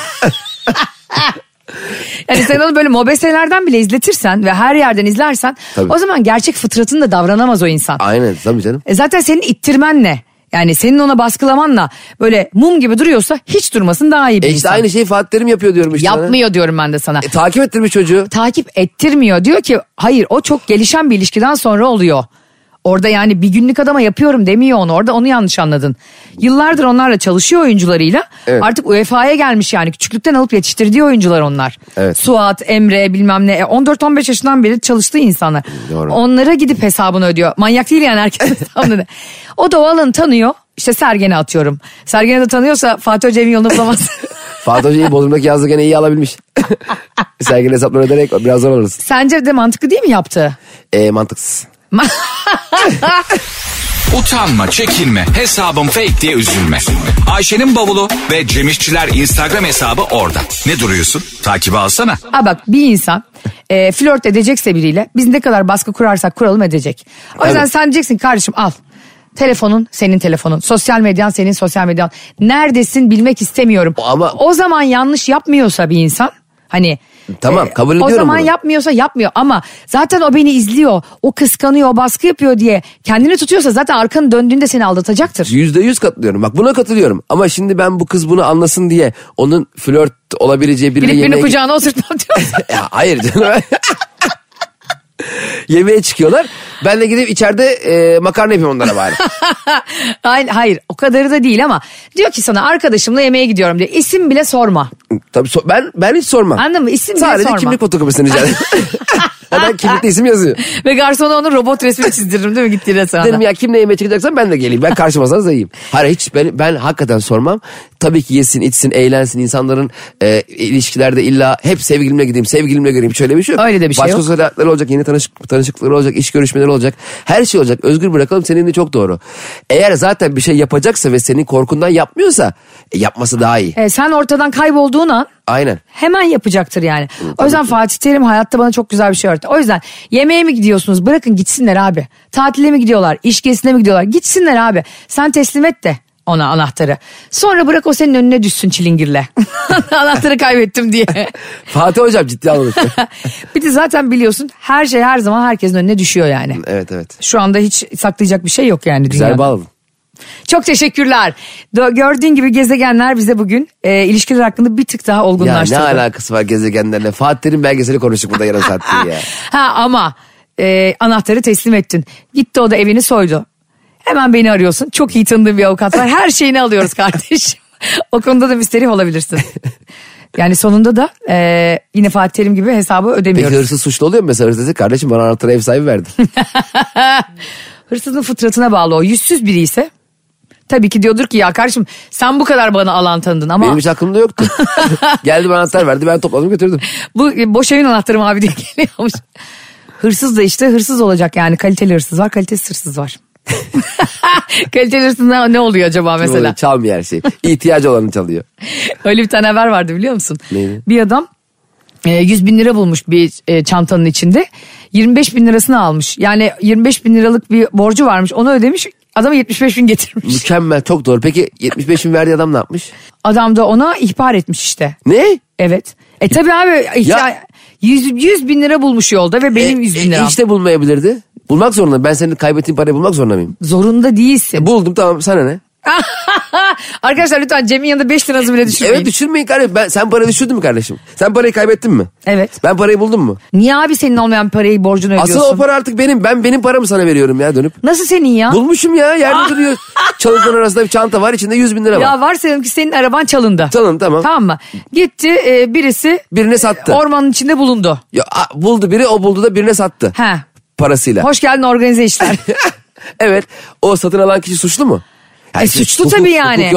Yani sen onu böyle mobeselerden bile izletirsen ve her yerden izlersen Tabii. o zaman gerçek fıtratında davranamaz o insan. Aynen tabii canım. Zaten senin ittirmenle, yani senin ona baskılamanla böyle mum gibi duruyorsa hiç durmasın daha iyi bir İşte insan. aynı şeyi Fatih Terim yapıyor diyorum işte. Yapmıyor diyorum ben de sana. Takip ettirmiş çocuğu. Takip ettirmiyor, diyor ki hayır, o çok gelişen bir ilişkiden sonra oluyor. Orada yani bir günlük adama yapıyorum demiyor onu. Orada onu yanlış anladın. Yıllardır onlarla çalışıyor oyuncularıyla. Evet. Artık UEFA'ya gelmiş yani. Küçüklükten alıp yetiştirdiği oyuncular onlar. Evet. Suat, Emre bilmem ne. 14-15 yaşından beri çalıştığı insanlar. Doğru. Onlara gidip hesabını ödüyor. Manyak değil yani herkes hesabını. O da o alanı tanıyor. İşte Sergen'i atıyorum. Sergen'i de tanıyorsa Fatih Hoca evin yolunu bulamaz. Fatih Hoca'yı Bodrum'daki yazlığı gene iyi alabilmiş. Sergili hesapları öderek biraz zor alırız. Sence de mantıklı değil mi yaptığı? Mantıksız. Utanma, çekinme, hesabım fake diye üzülme. Ayşe'nin bavulu ve Cemişçiler Instagram hesabı orada. Ne duruyorsun? Takibi alsana. Ha bak, bir insan flört edecekse biriyle biz ne kadar baskı kurarsak kuralım edecek. O yüzden Evet. sen diyeceksin kardeşim al. Telefonun senin telefonun. Sosyal medyan senin sosyal medyan. Neredesin bilmek istemiyorum. Ama- o zaman yanlış yapmıyorsa bir insan hani... Tamam, kabul ediyorum O zaman bunu. yapmıyorsa yapmıyor ama zaten o beni izliyor, o kıskanıyor, o baskı yapıyor diye kendini tutuyorsa zaten arkanı döndüğünde seni aldatacaktır. %100 katılıyorum. Bak buna katılıyorum. Ama şimdi ben bu kız bunu anlasın diye onun flört olabileceği biriyle Gidip birini yemeğe... kucağına oturtmam diyorsun. Ya hayır canım. Yemeğe çıkıyorlar. Ben de gidip içeride makarna yapayım onlara bari. Hayır, o kadarı da değil ama diyor ki sana arkadaşımla yemeğe gidiyorum diye, isim bile sorma. Tabii ben hiç sormam. Anladın mı? İsim bile Sadece sorma. kimlik fotokopisini rica ederim. Hemen kimlikte isim yazıyor. Ve garsona onun robot resmini çizdiririm değil mi gittiği restoranda? Dedim ya kimle yemeğe çıkacaksan ben de geleyim. Ben karşı masanıza yiyeyim. Hayır hiç ben hakikaten sormam. Tabii ki yesin, içsin, eğlensin. İnsanların ilişkilerde illa hep sevgilimle gideyim, sevgilimle göreyim. Şöyle bir şey yok. Öyle de bir şey Başka yok. sosyal hayatları olacak, yeni tanışıklıkları olacak, iş görüşmeleri olacak. Her şey olacak. Özgür bırakalım, senin de çok doğru. Eğer zaten bir şey yapacaksa ve senin korkundan yapmıyorsa yapması daha iyi. Sen ortadan kaybolduğun an Aynen. hemen yapacaktır yani. O yüzden Fatih Terim hayatta bana çok güzel bir şey öğretti. O yüzden yemeğe mi gidiyorsunuz? Bırakın gitsinler abi. Tatile mi gidiyorlar? İş gezisine mi gidiyorlar? Gitsinler abi. Sen teslim et de ona anahtarı. Sonra bırak o senin önüne düşsün çilingirle. Anahtarı kaybettim diye. Fatih Hocam ciddi almadık. Bir de zaten biliyorsun her şey her zaman herkesin önüne düşüyor yani. Evet. Şu anda hiç saklayacak bir şey yok yani Güzel dünyada. bağladın. Çok teşekkürler. Gördüğün gibi gezegenler bize bugün ilişkiler hakkında bir tık daha Ya olgunlaştırdı. ne alakası var gezegenlerle? Fatih Terim belgeseli konuştuk burada yarım saattir ya. Ha ama anahtarı teslim ettin. Gitti o da evini soydu. Hemen beni arıyorsun. Çok iyi tanıdığım bir avukat var. Her şeyini alıyoruz kardeşim. O konuda da müsterih olabilirsin. Yani sonunda da yine Fatih Terim gibi hesabı ödemiyoruz. Peki hırsız suçlu oluyor mu mesela? Hırsız dedi kardeşim bana anahtarı ev sahibi verdi. Hırsızın fıtratına bağlı o. Yüzsüz biri ise tabii ki diyordur ki ya kardeşim sen bu kadar bana alan tanıdın ama... Benim hiç aklımda yoktu. Geldi bana anahtar verdi, ben topladım götürdüm. Bu boş evin anahtarım abi diye geliyormuş. Hırsız da işte hırsız olacak yani. Kaliteli hırsız var, kalitesiz hırsız var. Kaliteli hırsız ne oluyor acaba mesela? Çalmıyor her şey. İhtiyacı olanı çalıyor. Öyle bir tane haber vardı biliyor musun? Neydi? Bir adam 100 bin lira bulmuş bir çantanın içinde. 25 bin lirasını almış. Yani 25 bin liralık bir borcu varmış, onu ödemiş. Adama 75 bin getirmiş. Mükemmel, çok doğru. Peki 75 bin verdiği adam ne yapmış? Adam da ona ihbar etmiş işte. Ne? Evet. Tabii abi Ya- 100 bin lira bulmuş yolda ve benim 100 bin liram. İşte bulmayabilirdi. Bulmak zorunda. Ben senin kaybettiğin parayı bulmak zorunda mıyım? Zorunda değilsin. Buldum, tamam, sana ne? Arkadaşlar lütfen Cem'in yanında 5 liranızı bile düşürmeyin. Evet, düşürmeyin kardeşim. Sen parayı düşürdün mü kardeşim? Sen parayı kaybettin mi? Evet. Ben parayı buldum mu? Niye abi senin olmayan parayı borcunu ödüyorsun? Asıl o para artık benim. Benim paramı sana veriyorum ya dönüp. Nasıl senin ya? Bulmuşum ya, yerde duruyor. Çalıkların arasında bir çanta var, içinde 100 bin lira var. Ya varsayalım ki senin araban çalındı. Tamam. Tamam mı? Gitti birisi Birine sattı. ormanın içinde bulundu. Ya, buldu biri, o buldu da birine sattı. He. Parasıyla. Hoş geldin organize işler. Evet. O satın alan kişi suçlu mu? Suçlu tabii yani.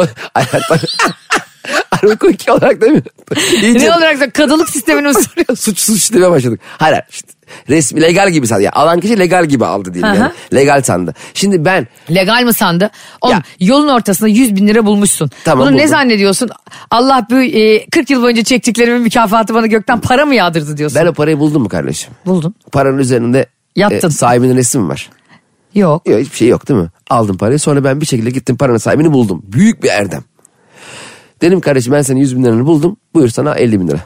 Hukuki olarak değil mi? İyice Ne olarak da kadılık sistemini mi soruyorsun? suç demeye başladık. Hayır. İşte, resmi legal gibi sandı. Yani alan kişi legal gibi aldı diyelim yani. Legal sandı. Şimdi ben... Legal mi sandı? Oğlum Ya. yolun ortasında 100 bin lira bulmuşsun. Tamam, Bunu ne buldum. zannediyorsun? Allah bu 40 yıl boyunca çektiklerimin mükafatı bana gökten para mı yağdırdı diyorsun? Ben o parayı buldum mu kardeşim? Buldun. Paranın üzerinde Yattın. sahibinin resmi mi var? Yok. Yok, hiçbir şey yok değil mi? Aldım parayı, sonra ben bir şekilde gittim, paranın sahibini buldum. Büyük bir erdem. Dedim kardeşim, ben senin 100 bin liranı buldum. Buyur sana 50 bin lira.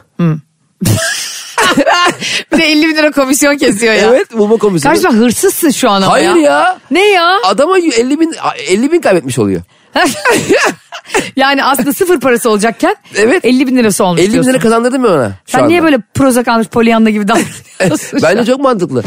Bir de 50 bin lira komisyon kesiyor ya. Evet, bulma komisyonu. Kardeşim hırsızsın şu an ama Hayır ya. Ne ya? Adama 50 bin kaybetmiş oluyor. Yani aslında sıfır parası olacakken Evet. 50 bin lirası olmuş 50 bin diyorsun. lira kazandırdın mı ona? Sen niye böyle Prozac almış Pollyanna gibi davranıyorsun? Bence çok mantıklı.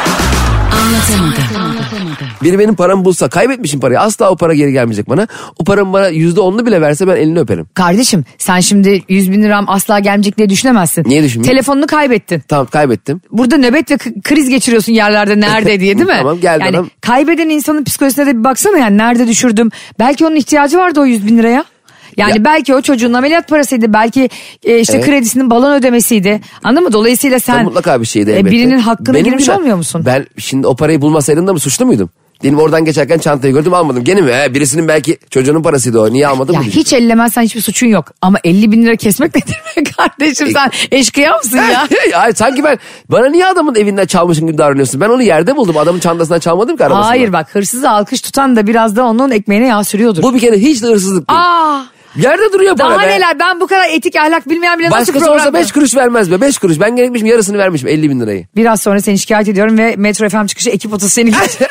Biri benim paramı bulsa, kaybetmişim parayı, asla o para geri gelmeyecek bana. O paramı bana %10'unu bile verse ben elini öperim. Kardeşim sen şimdi 100 bin liram asla gelmeyecek diye düşünemezsin. Niye düşünmeyeyim? Telefonunu kaybettin. Tamam, kaybettim. Burada nöbet ve kriz geçiriyorsun yerlerde nerede diye, değil mi? Tamam, geldi yani adam. kaybeden insanın psikolojisine de bir baksana, yani nerede düşürdüm. Belki onun ihtiyacı vardı o 100 bin liraya. Yani Ya. belki o çocuğun ameliyat parasıydı. Belki işte Evet. kredisinin balon ödemesiydi. Anladın mı? Dolayısıyla sen Mutlaka bir şeydi elbette. birinin hakkına Benim girmiş bile- olmuyor musun? Ben şimdi o parayı bulmasaydım da mı suçlu muydum? Diyelim oradan geçerken çantayı gördüm, almadım. Gene mi? Birisinin belki çocuğunun parasıydı o. Niye almadın Ya mı? hiç ellemezsen hiçbir suçun yok. Ama 50 bin lira kesmek nedir be kardeşim, sen eşkıya mısın ya? Hayır, sanki bana niye adamın evinden çalmışım gibi davranıyorsun? Ben onu yerde buldum. Adamın çantasından çalmadım ki, arabasından. Hayır bak, hırsızı alkış tutan da biraz da onun ekmeğine yağ sürüyordur. Bu bir kere hiç de hırsızlık değil. Yerde duruyor para Daha be. neler, ben bu kadar etik ahlak bilmeyen bile nasıl Başkası program... olsa 5 kuruş vermez be, 5 kuruş. Ben gerekmişim yarısını vermişim, 50 bin lirayı. Biraz sonra seni şikayet ediyorum ve Metro FM çıkışı ekip otosu seni geçiyor.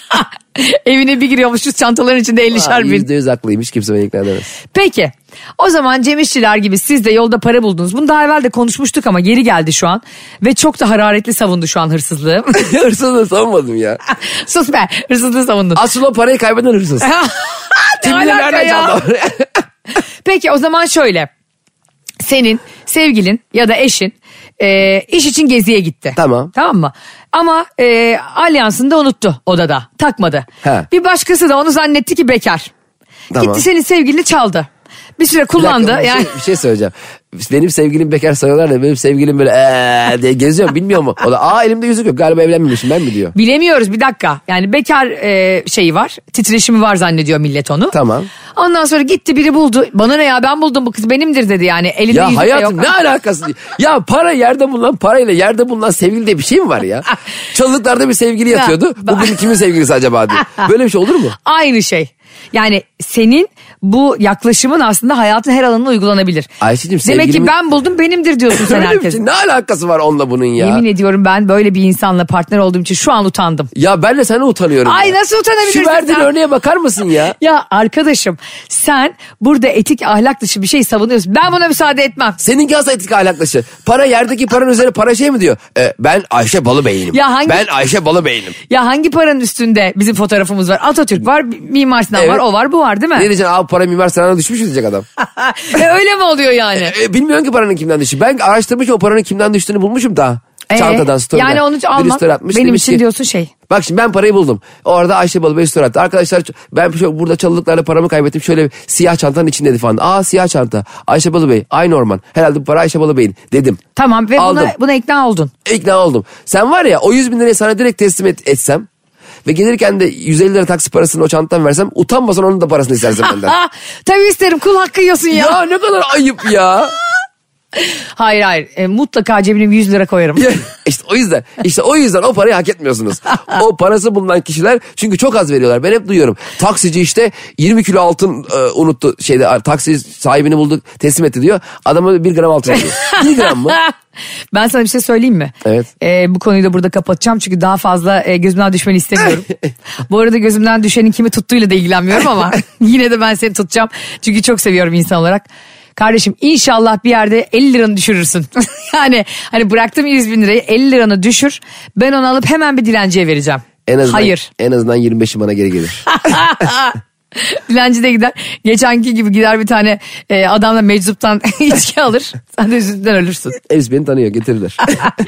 Evine bir giriyormuşuz, çantaların içinde 50'şer bin. %100 haklıymış, kimse beni ikna edemez. Peki o zaman Cem İşçiler gibi siz de yolda para buldunuz. Bunu daha evvel de konuşmuştuk ama geri geldi şu an. Ve çok da hararetli savundu şu an hırsızlığı. Hırsızlığı savunmadım ya. Sus be, hırsızlığı savundun. Asıl o parayı kaybeden hırsız. Ne Kim bilir alaka nereden ya? çaldı? Peki o zaman şöyle. Senin sevgilin ya da eşin iş için geziye gitti. Tamam. Tamam mı? Ama alyansını da unuttu odada. Takmadı. He. Bir başkası da onu zannetti ki bekar. Tamam. Gitti senin sevgilini çaldı. Bir süre kullandı. Bir dakika, yani bir şey söyleyeceğim. Benim sevgilim bekar sayıyorlar da benim sevgilim böyle diye geziyor, bilmiyor mu? O da elimde yüzük yok, galiba evlenmemişim ben mi diyor. bilemiyoruz, bir dakika. Yani bekar şeyi var. Titreşimi var zannediyor millet onu. Tamam. Ondan sonra gitti, biri buldu. Bana ne ya, ben buldum, bu kız benimdir dedi yani. Elinde Ya yüzük de yok. hayatım ne alakası? Ya para yerde bulunan parayla yerde bulunan sevgili diye bir şey mi var ya? Çalılıklarda bir sevgili yatıyordu. Bugün kimin sevgilisi acaba diye. Böyle bir şey olur mu? Aynı şey. Yani senin bu yaklaşımın aslında hayatın her alanına uygulanabilir. Ayşe'cim, Demek ki sevgilimin- ben buldum benimdir diyorsun sen Öyle bir herkese. şey, ne alakası var onunla bunun ya? Yemin ediyorum ben böyle bir insanla partner olduğum için şu an utandım. Ya ben de sana utanıyorum. Ay ya. nasıl utanabilirsin Şu verdiğin sen? örneğe bakar mısın ya? Ya arkadaşım, sen burada etik ahlak dışı bir şey savunuyorsun. Ben buna müsaade etmem. Seninki asla etik ahlak dışı. Para yerdeki paranın üzerine para şey mi diyor? Ben Ayşe Balıbey'im. Ya Ben Ayşe Balıbey'im. Ya hangi paranın üstünde bizim fotoğrafımız var? Atatürk var, Mimar Sinan Evet. var, o var, bu var değil mi? Ne diyeceksin, abi para Mimar Sinan'a düşmüş mü diyecek adam? Öyle mi oluyor yani? Bilmiyorum ki paranın kimden düştüğü. Ben araştırmışım, o paranın kimden düştüğünü bulmuşum daha. Çantadan, story'den. Yani onu Biri almak story atmış, benim demiş için ki, diyorsun şey. Bak şimdi ben parayı buldum. Orada Ayşe Balıbey story attı. Arkadaşlar ben burada çalılıklarla paramı kaybettim. Şöyle siyah çantanın içindeydi falan. Siyah çanta. Ayşe Balıbey. Aynı orman. Herhalde bu para Ayşe Balıbey'in dedim. Tamam ve Aldım. buna ikna oldun. İkna oldum. Sen var ya, o 100 bin lirayı sana direkt teslim etsem ve gelirken de 150 lira taksi parasını o çantadan versem, utanmasan onun da parasını istersen benden. Tabii isterim, kul hakkı yiyorsun ya. Ya ne kadar ayıp ya. Hayır mutlaka cebine 100 lira koyarım. İşte o yüzden o parayı hak etmiyorsunuz. O parası bulunan kişiler çünkü çok az veriyorlar. Ben hep duyuyorum. Taksici işte 20 kilo altın unuttu, taksi sahibini bulduk, teslim etti diyor. Adama 1 gram altın veriyor. 1 gram mı? Ben sana bir şey söyleyeyim mi? Evet. Bu konuyu da burada kapatacağım çünkü daha fazla gözümden düşmeni istemiyorum. Bu arada gözümden düşenin kimi tuttuğuyla da ilgilenmiyorum ama yine de ben seni tutacağım. Çünkü çok seviyorum insan olarak. Kardeşim inşallah bir yerde 50 liranı düşürürsün. Yani hani bıraktım 100 bin lirayı, 50 liranı düşür. Ben onu alıp hemen bir dilenciye vereceğim. Hayır. En azından 25'i bana geri gelir. Dilenci de gider. Geçenki gibi gider bir tane adamla meczuptan içki alır. Sen de üzüntüden ölürsün. Hepsi beni tanıyor, getirirler.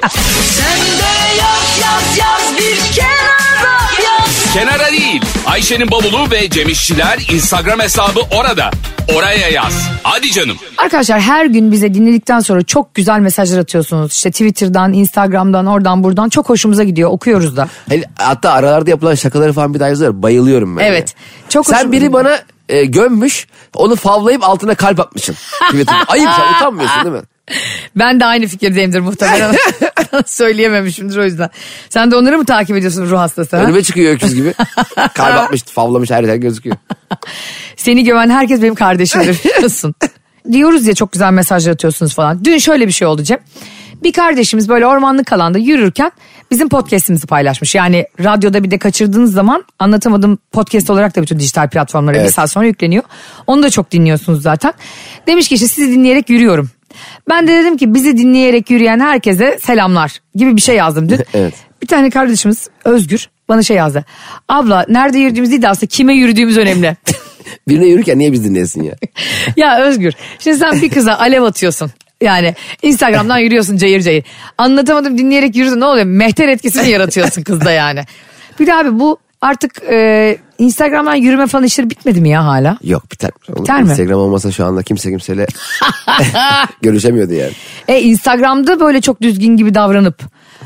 Kenara değil. Ayşe'nin bavulu ve Cem İşçiler Instagram hesabı orada. Oraya yaz. Hadi canım. Arkadaşlar her gün bize dinledikten sonra çok güzel mesajlar atıyorsunuz. İşte Twitter'dan, Instagram'dan, oradan buradan. Çok hoşumuza gidiyor. Okuyoruz da. Hatta aralarda yapılan şakaları falan bir daha yazıyorlar. Bayılıyorum ben. Evet. Çok Sen hoşuma biri gidiyor. bana gömmüş, onu favlayıp altına kalp atmışsın. Twitter'da. Ayıp, sen utanmıyorsun değil mi? Ben de aynı fikirdeyimdir muhtemelen. Söyleyememişimdir o yüzden. Sen de onları mı takip ediyorsun ruh hastası? Önüme çıkıyor öküz gibi. Kalp atmış, favlamış, her yer gözüküyor. Seni gömen herkes benim kardeşimdir biliyorsun. Diyoruz ya çok güzel mesajlar atıyorsunuz falan. Dün şöyle bir şey oldu Cem. Bir kardeşimiz böyle ormanlık alanda yürürken bizim podcast'imizi paylaşmış. Yani radyoda bir de kaçırdığınız zaman Anlatamadım podcast olarak da bütün dijital platformlara bir saat sonra yükleniyor. Onu da çok dinliyorsunuz zaten. Demiş ki işte sizi dinleyerek yürüyorum. Ben de dedim ki bizi dinleyerek yürüyen herkese selamlar gibi bir şey yazdım dün. Evet. Bir tane kardeşimiz Özgür bana şey yazdı. Abla nerede yürüdüğümüz değil de aslında kime yürüdüğümüz önemli. Birine yürürken niye biz dinleyesin ya? Ya Özgür şimdi sen bir kıza alev atıyorsun. Yani Instagram'dan yürüyorsun cayır cayır. Anlatamadım dinleyerek yürüdün ne oluyor? Mehter etkisini yaratıyorsun kızda yani. Bir de abi bu artık Instagram'dan yürüme falan işleri bitmedi mi ya hala? Yok biter. Biter mi? Instagram olmasa şu anda kimse kimseyle görüşemiyordu yani. Instagram'da böyle çok düzgün gibi davranıp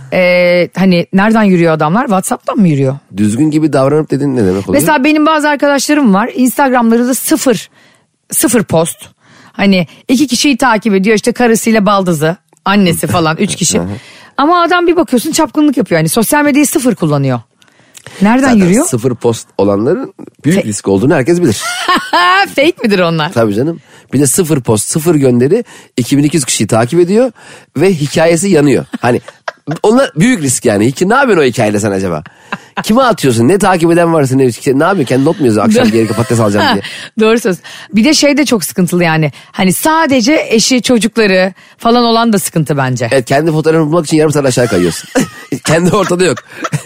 hani nereden yürüyor adamlar? WhatsApp'tan mı yürüyor? Düzgün gibi davranıp dediğin ne demek oluyor? Mesela benim bazı arkadaşlarım var. Instagram'ları da sıfır post. Hani 2 kişiyi takip ediyor işte karısıyla baldızı, annesi falan 3 kişi. Ama adam bir bakıyorsun çapkınlık yapıyor. Yani sosyal medyayı sıfır kullanıyor. Nereden zaten yürüyor? Sıfır post olanların büyük risk olduğunu herkes bilir. Fake midir onlar? Tabii canım. Bir de sıfır post, sıfır gönderi 2200 kişiyi takip ediyor ve hikayesi yanıyor. Hani onlar büyük risk yani. Ne yapıyorsun o hikayeyle sen acaba? Kime atıyorsun? Ne takip eden varsa ne yapıyorsun? Kendi not mu yazıyor akşam geri patates alacağım diye? Doğru söz. Bir de şey de çok sıkıntılı yani. Hani sadece eşi çocukları falan olan da sıkıntı bence. Evet kendi fotoğrafını bulmak için yarım saat aşağı kayıyorsun. Kendi ortada yok.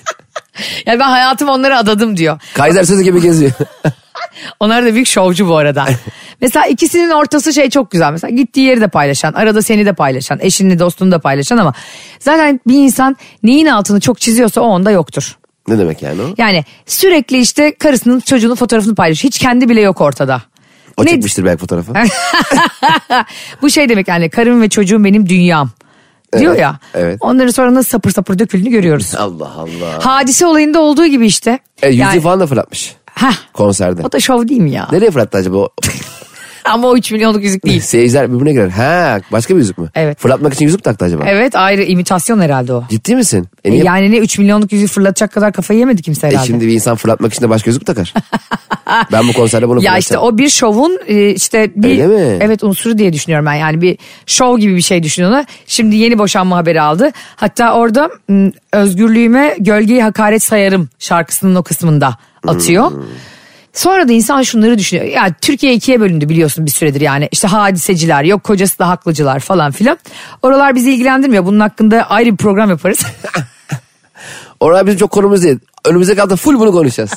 Yani ben hayatımı onlara adadım diyor. Kaiser sözü gibi geziyor. Onlar da büyük şovcu bu arada. Mesela ikisinin ortası şey çok güzel. Mesela gittiği yeri de paylaşan, arada seni de paylaşan, eşini dostunu da paylaşan ama zaten bir insan neyin altını çok çiziyorsa o onda yoktur. Ne demek yani o? Yani sürekli işte karısının çocuğunun fotoğrafını paylaşıyor. Hiç kendi bile yok ortada. O çekmiştir belki fotoğrafı. Bu şey demek yani karım ve çocuğum benim dünyam. Diyor Evet, ya. evet. Onların sonra nasıl sapır sapır döküldüğünü görüyoruz. Allah Allah. Hadise olayında olduğu gibi işte. Yüzüğü falan da fırlatmış. Konserde. O da şov değil mi ya? Nereye fırlattı acaba o? Ama o 3 milyonluk yüzük değil. Seyirciler birbirine girer. Başka bir yüzük mü? Evet. Fırlatmak için yüzük taktı acaba? Evet ayrı imitasyon herhalde o. Ciddi misin? Yani ne 3 milyonluk yüzüğü fırlatacak kadar kafayı yemedi kimse herhalde. Şimdi bir insan fırlatmak için de başka yüzük takar. Ben bu konserde bunu fırlatacağım. Ya işte o bir şovun işte bir öyle mi? Evet unsuru diye düşünüyorum ben. Yani bir şov gibi bir şey düşünüyorlar. Şimdi yeni boşanma haberi aldı. Hatta orada özgürlüğüme gölgeyi hakaret sayarım şarkısının o kısmında atıyor. Sonra da insan şunları düşünüyor. Ya Türkiye ikiye bölündü biliyorsun bir süredir yani. İşte hadiseciler, yok kocası da haklıcılar falan filan. Oralar bizi ilgilendirmiyor. Bunun hakkında ayrı bir program yaparız. Oralar bizim çok konumuz değil. Önümüzdeki hafta full bunu konuşacağız.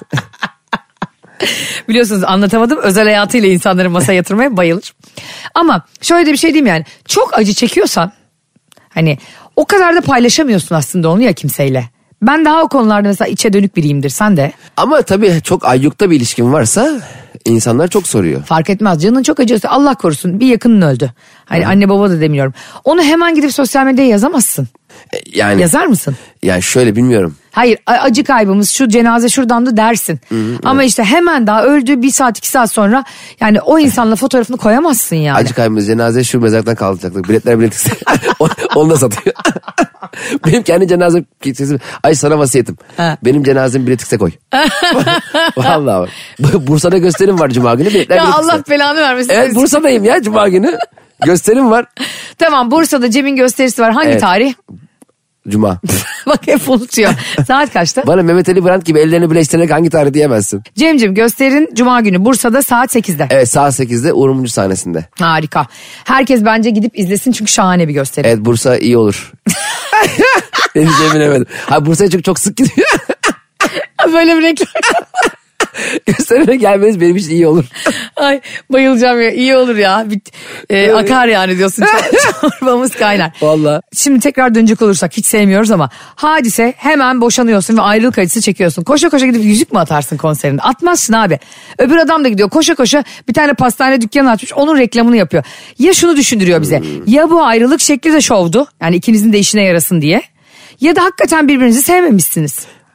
Biliyorsunuz Anlatamadım özel hayatıyla insanları masaya yatırmaya bayılır. Ama şöyle de bir şey diyeyim yani. Çok acı çekiyorsan hani o kadar da paylaşamıyorsun aslında onu ya kimseyle. Ben daha o konularda mesela içe dönük biriyimdir sen de. Ama tabii çok ayyukta bir ilişkin varsa insanlar çok soruyor. Fark etmez canın çok acıyorsa Allah korusun bir yakının öldü. Hani anne baba da demiyorum. Onu hemen gidip sosyal medyaya yazamazsın. Yani Yazar mısın? Yani şöyle bilmiyorum. Hayır acı kaybımız şu cenaze şuradandı dersin. Ama işte hemen daha öldü 1 saat 2 saat sonra yani o insanla fotoğrafını koyamazsın yani. Acı kaybımız cenaze şu mezardan kaldıracaktık. Biletler biletik. Onu da satıyor. Benim kendi cenazem ay sana vasiyetim. Benim cenazem biletikse koy. Vallahi bak. Bursa'da gösterim var cuma günü. Biletler ya biletikse. Allah belanı vermesin. Evet Bursa'dayım ya cuma günü. Gösterim var. Tamam Bursa'da Cem'in gösterisi var. Hangi tarih? Cuma. Bak hep unutuyor. Saat kaçta? Bana Mehmet Ali Brandt gibi ellerini birleştirerek hangi tarih diyemezsin. Cem'cim gösterin Cuma günü Bursa'da saat 8'de. Evet saat 8'de Uğur Mumcu sahnesinde. Harika. Herkes bence gidip izlesin çünkü şahane bir gösteri. Evet Bursa iyi olur. Ne diyeceğimi bilemedim. Bursa'ya çok sık gidiyor. Böyle bir reklam. Gösterime gelmeniz benim için iyi olur. Ay bayılacağım ya iyi olur ya. Akar yani diyorsun çorbamız kaynar. Vallahi. Şimdi tekrar dönecek olursak hiç sevmiyoruz ama hadise hemen boşanıyorsun ve ayrılık acısı çekiyorsun. Koşa koşa gidip yüzük mü atarsın konserinde? Atmazsın abi. Öbür adam da gidiyor koşa koşa bir tane pastane dükkanı açmış onun reklamını yapıyor. Ya şunu düşündürüyor bize ya bu ayrılık şekli de şovdu yani ikinizin de işine yarasın diye ya da hakikaten birbirinizi sevmemişsiniz.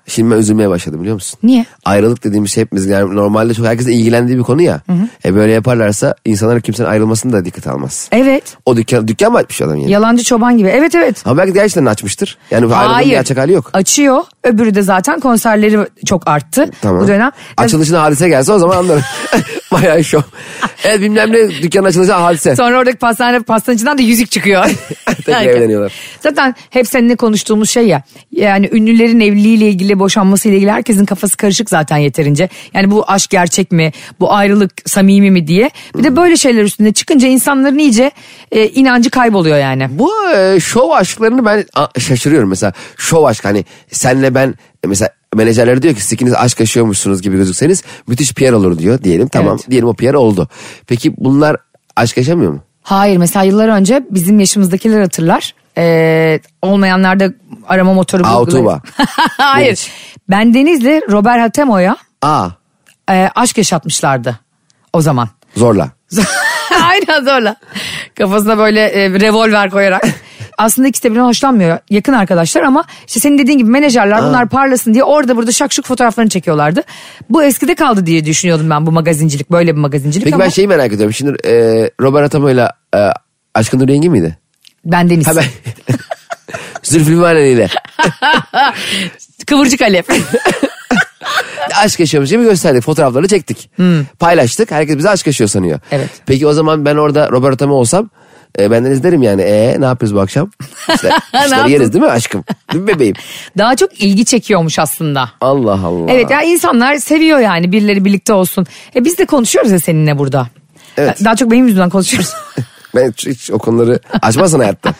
Şimdi ben üzülmeye başladım biliyor musun? Niye? Ayrılık dediğimiz şey hepimiz yani normalde çok herkesin ilgilendiği bir konu ya. Böyle yaparlarsa insanlar kimsenin ayrılmasını da dikkate almaz. Evet. O dükkan mı açmış adam yani? Yalancı çoban gibi. Evet evet. Ama belki gerçekten açmıştır. Yani ayrılığın gerçek hali yok. Açıyor. Öbürü de zaten konserleri çok arttı bu dönem. Açılışına Hadise gelse o zaman anlarım. Bayağı şov. Evet bilmem ne dükkanın açılışına Hadise. Sonra oradaki pastaneciden de yüzük çıkıyor. Tekrar evleniyorlar. Zaten hep seninle konuştuğumuz şey ya. Yani ünlülerin evliliğiyle ilgili, boşanmasıyla ilgili herkesin kafası karışık zaten yeterince. Yani bu aşk gerçek mi? Bu ayrılık samimi mi diye. Bir de böyle şeyler üstünde çıkınca insanların iyice inancı kayboluyor yani. Bu şov aşklarını ben şaşırıyorum. Mesela şov aşk hani senle ben mesela menajerleri diyor ki siz ikiniz aşk yaşıyormuşsunuz gibi gözükseniz müthiş PR olur diyor diyelim. Tamam diyelim o PR oldu. Peki bunlar aşk yaşamıyor mu? Hayır mesela yıllar önce bizim yaşımızdakiler hatırlar. Olmayanlar da arama motoru Autuba. Hayır. Ben Deniz'le Robert Hatemo'ya Aa. Aşk yaşatmışlardı o zaman. Zorla. Aynen zorla. Kafasına böyle revolver koyarak. Aslında ikisi de birbirinden hoşlanmıyor. Yakın arkadaşlar ama işte senin dediğin gibi menajerler bunlar parlasın diye orada burada şak fotoğraflarını çekiyorlardı. Bu eskide kaldı diye düşünüyordum ben bu magazincilik. Böyle bir magazincilik Peki ama. ben şeyi merak ediyorum. Şimdi Robert Atamo'yla Aşkın Nur Yengi miydi? Ben Deniz. Zülfü Livaneli'yle. Kıvırcık Alev. Aşk yaşıyormuş gibi gösterdik. Fotoğraflarını çektik. Paylaştık. Herkes bize aşk yaşıyor sanıyor. Evet. Peki o zaman ben orada Robert Atamo olsam benden izlerim yani. Ne yapıyoruz bu akşam? İşte yeriz değil mi aşkım? Değil mi bebeğim? Daha çok ilgi çekiyormuş aslında. Allah Allah. Evet ya insanlar seviyor yani birileri birlikte olsun. Biz de konuşuyoruz ya seninle burada. Evet. Daha çok benim yüzümden konuşuyoruz. Ben hiç o konuları açmazsın hayatta.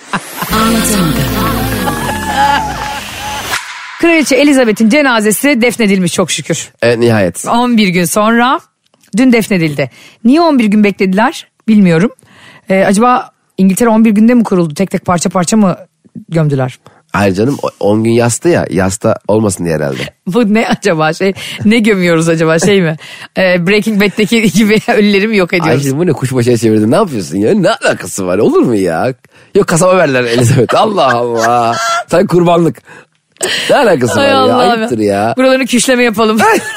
Kraliçe Elizabeth'in cenazesi defnedilmiş çok şükür. Evet nihayet. 11 gün sonra dün defnedildi. Niye 11 gün beklediler bilmiyorum. Acaba İngiltere 11 günde mi kuruldu? Tek tek parça parça mı gömdüler? Hayır canım 10 gün yastı ya. Yasta olmasın diye herhalde. Bu ne acaba ne gömüyoruz acaba mi? Breaking Bad'deki gibi ölüleri mi yok ediyoruz? Ay bu ne kuşbaşıya çevirdin ne yapıyorsun ya? Ne alakası var olur mu ya? Yok kasaba verler Elizabeth. Allah Allah. Sen kurbanlık. Ne alakası var ya? Ayıptır ya. Buralarını küşleme yapalım.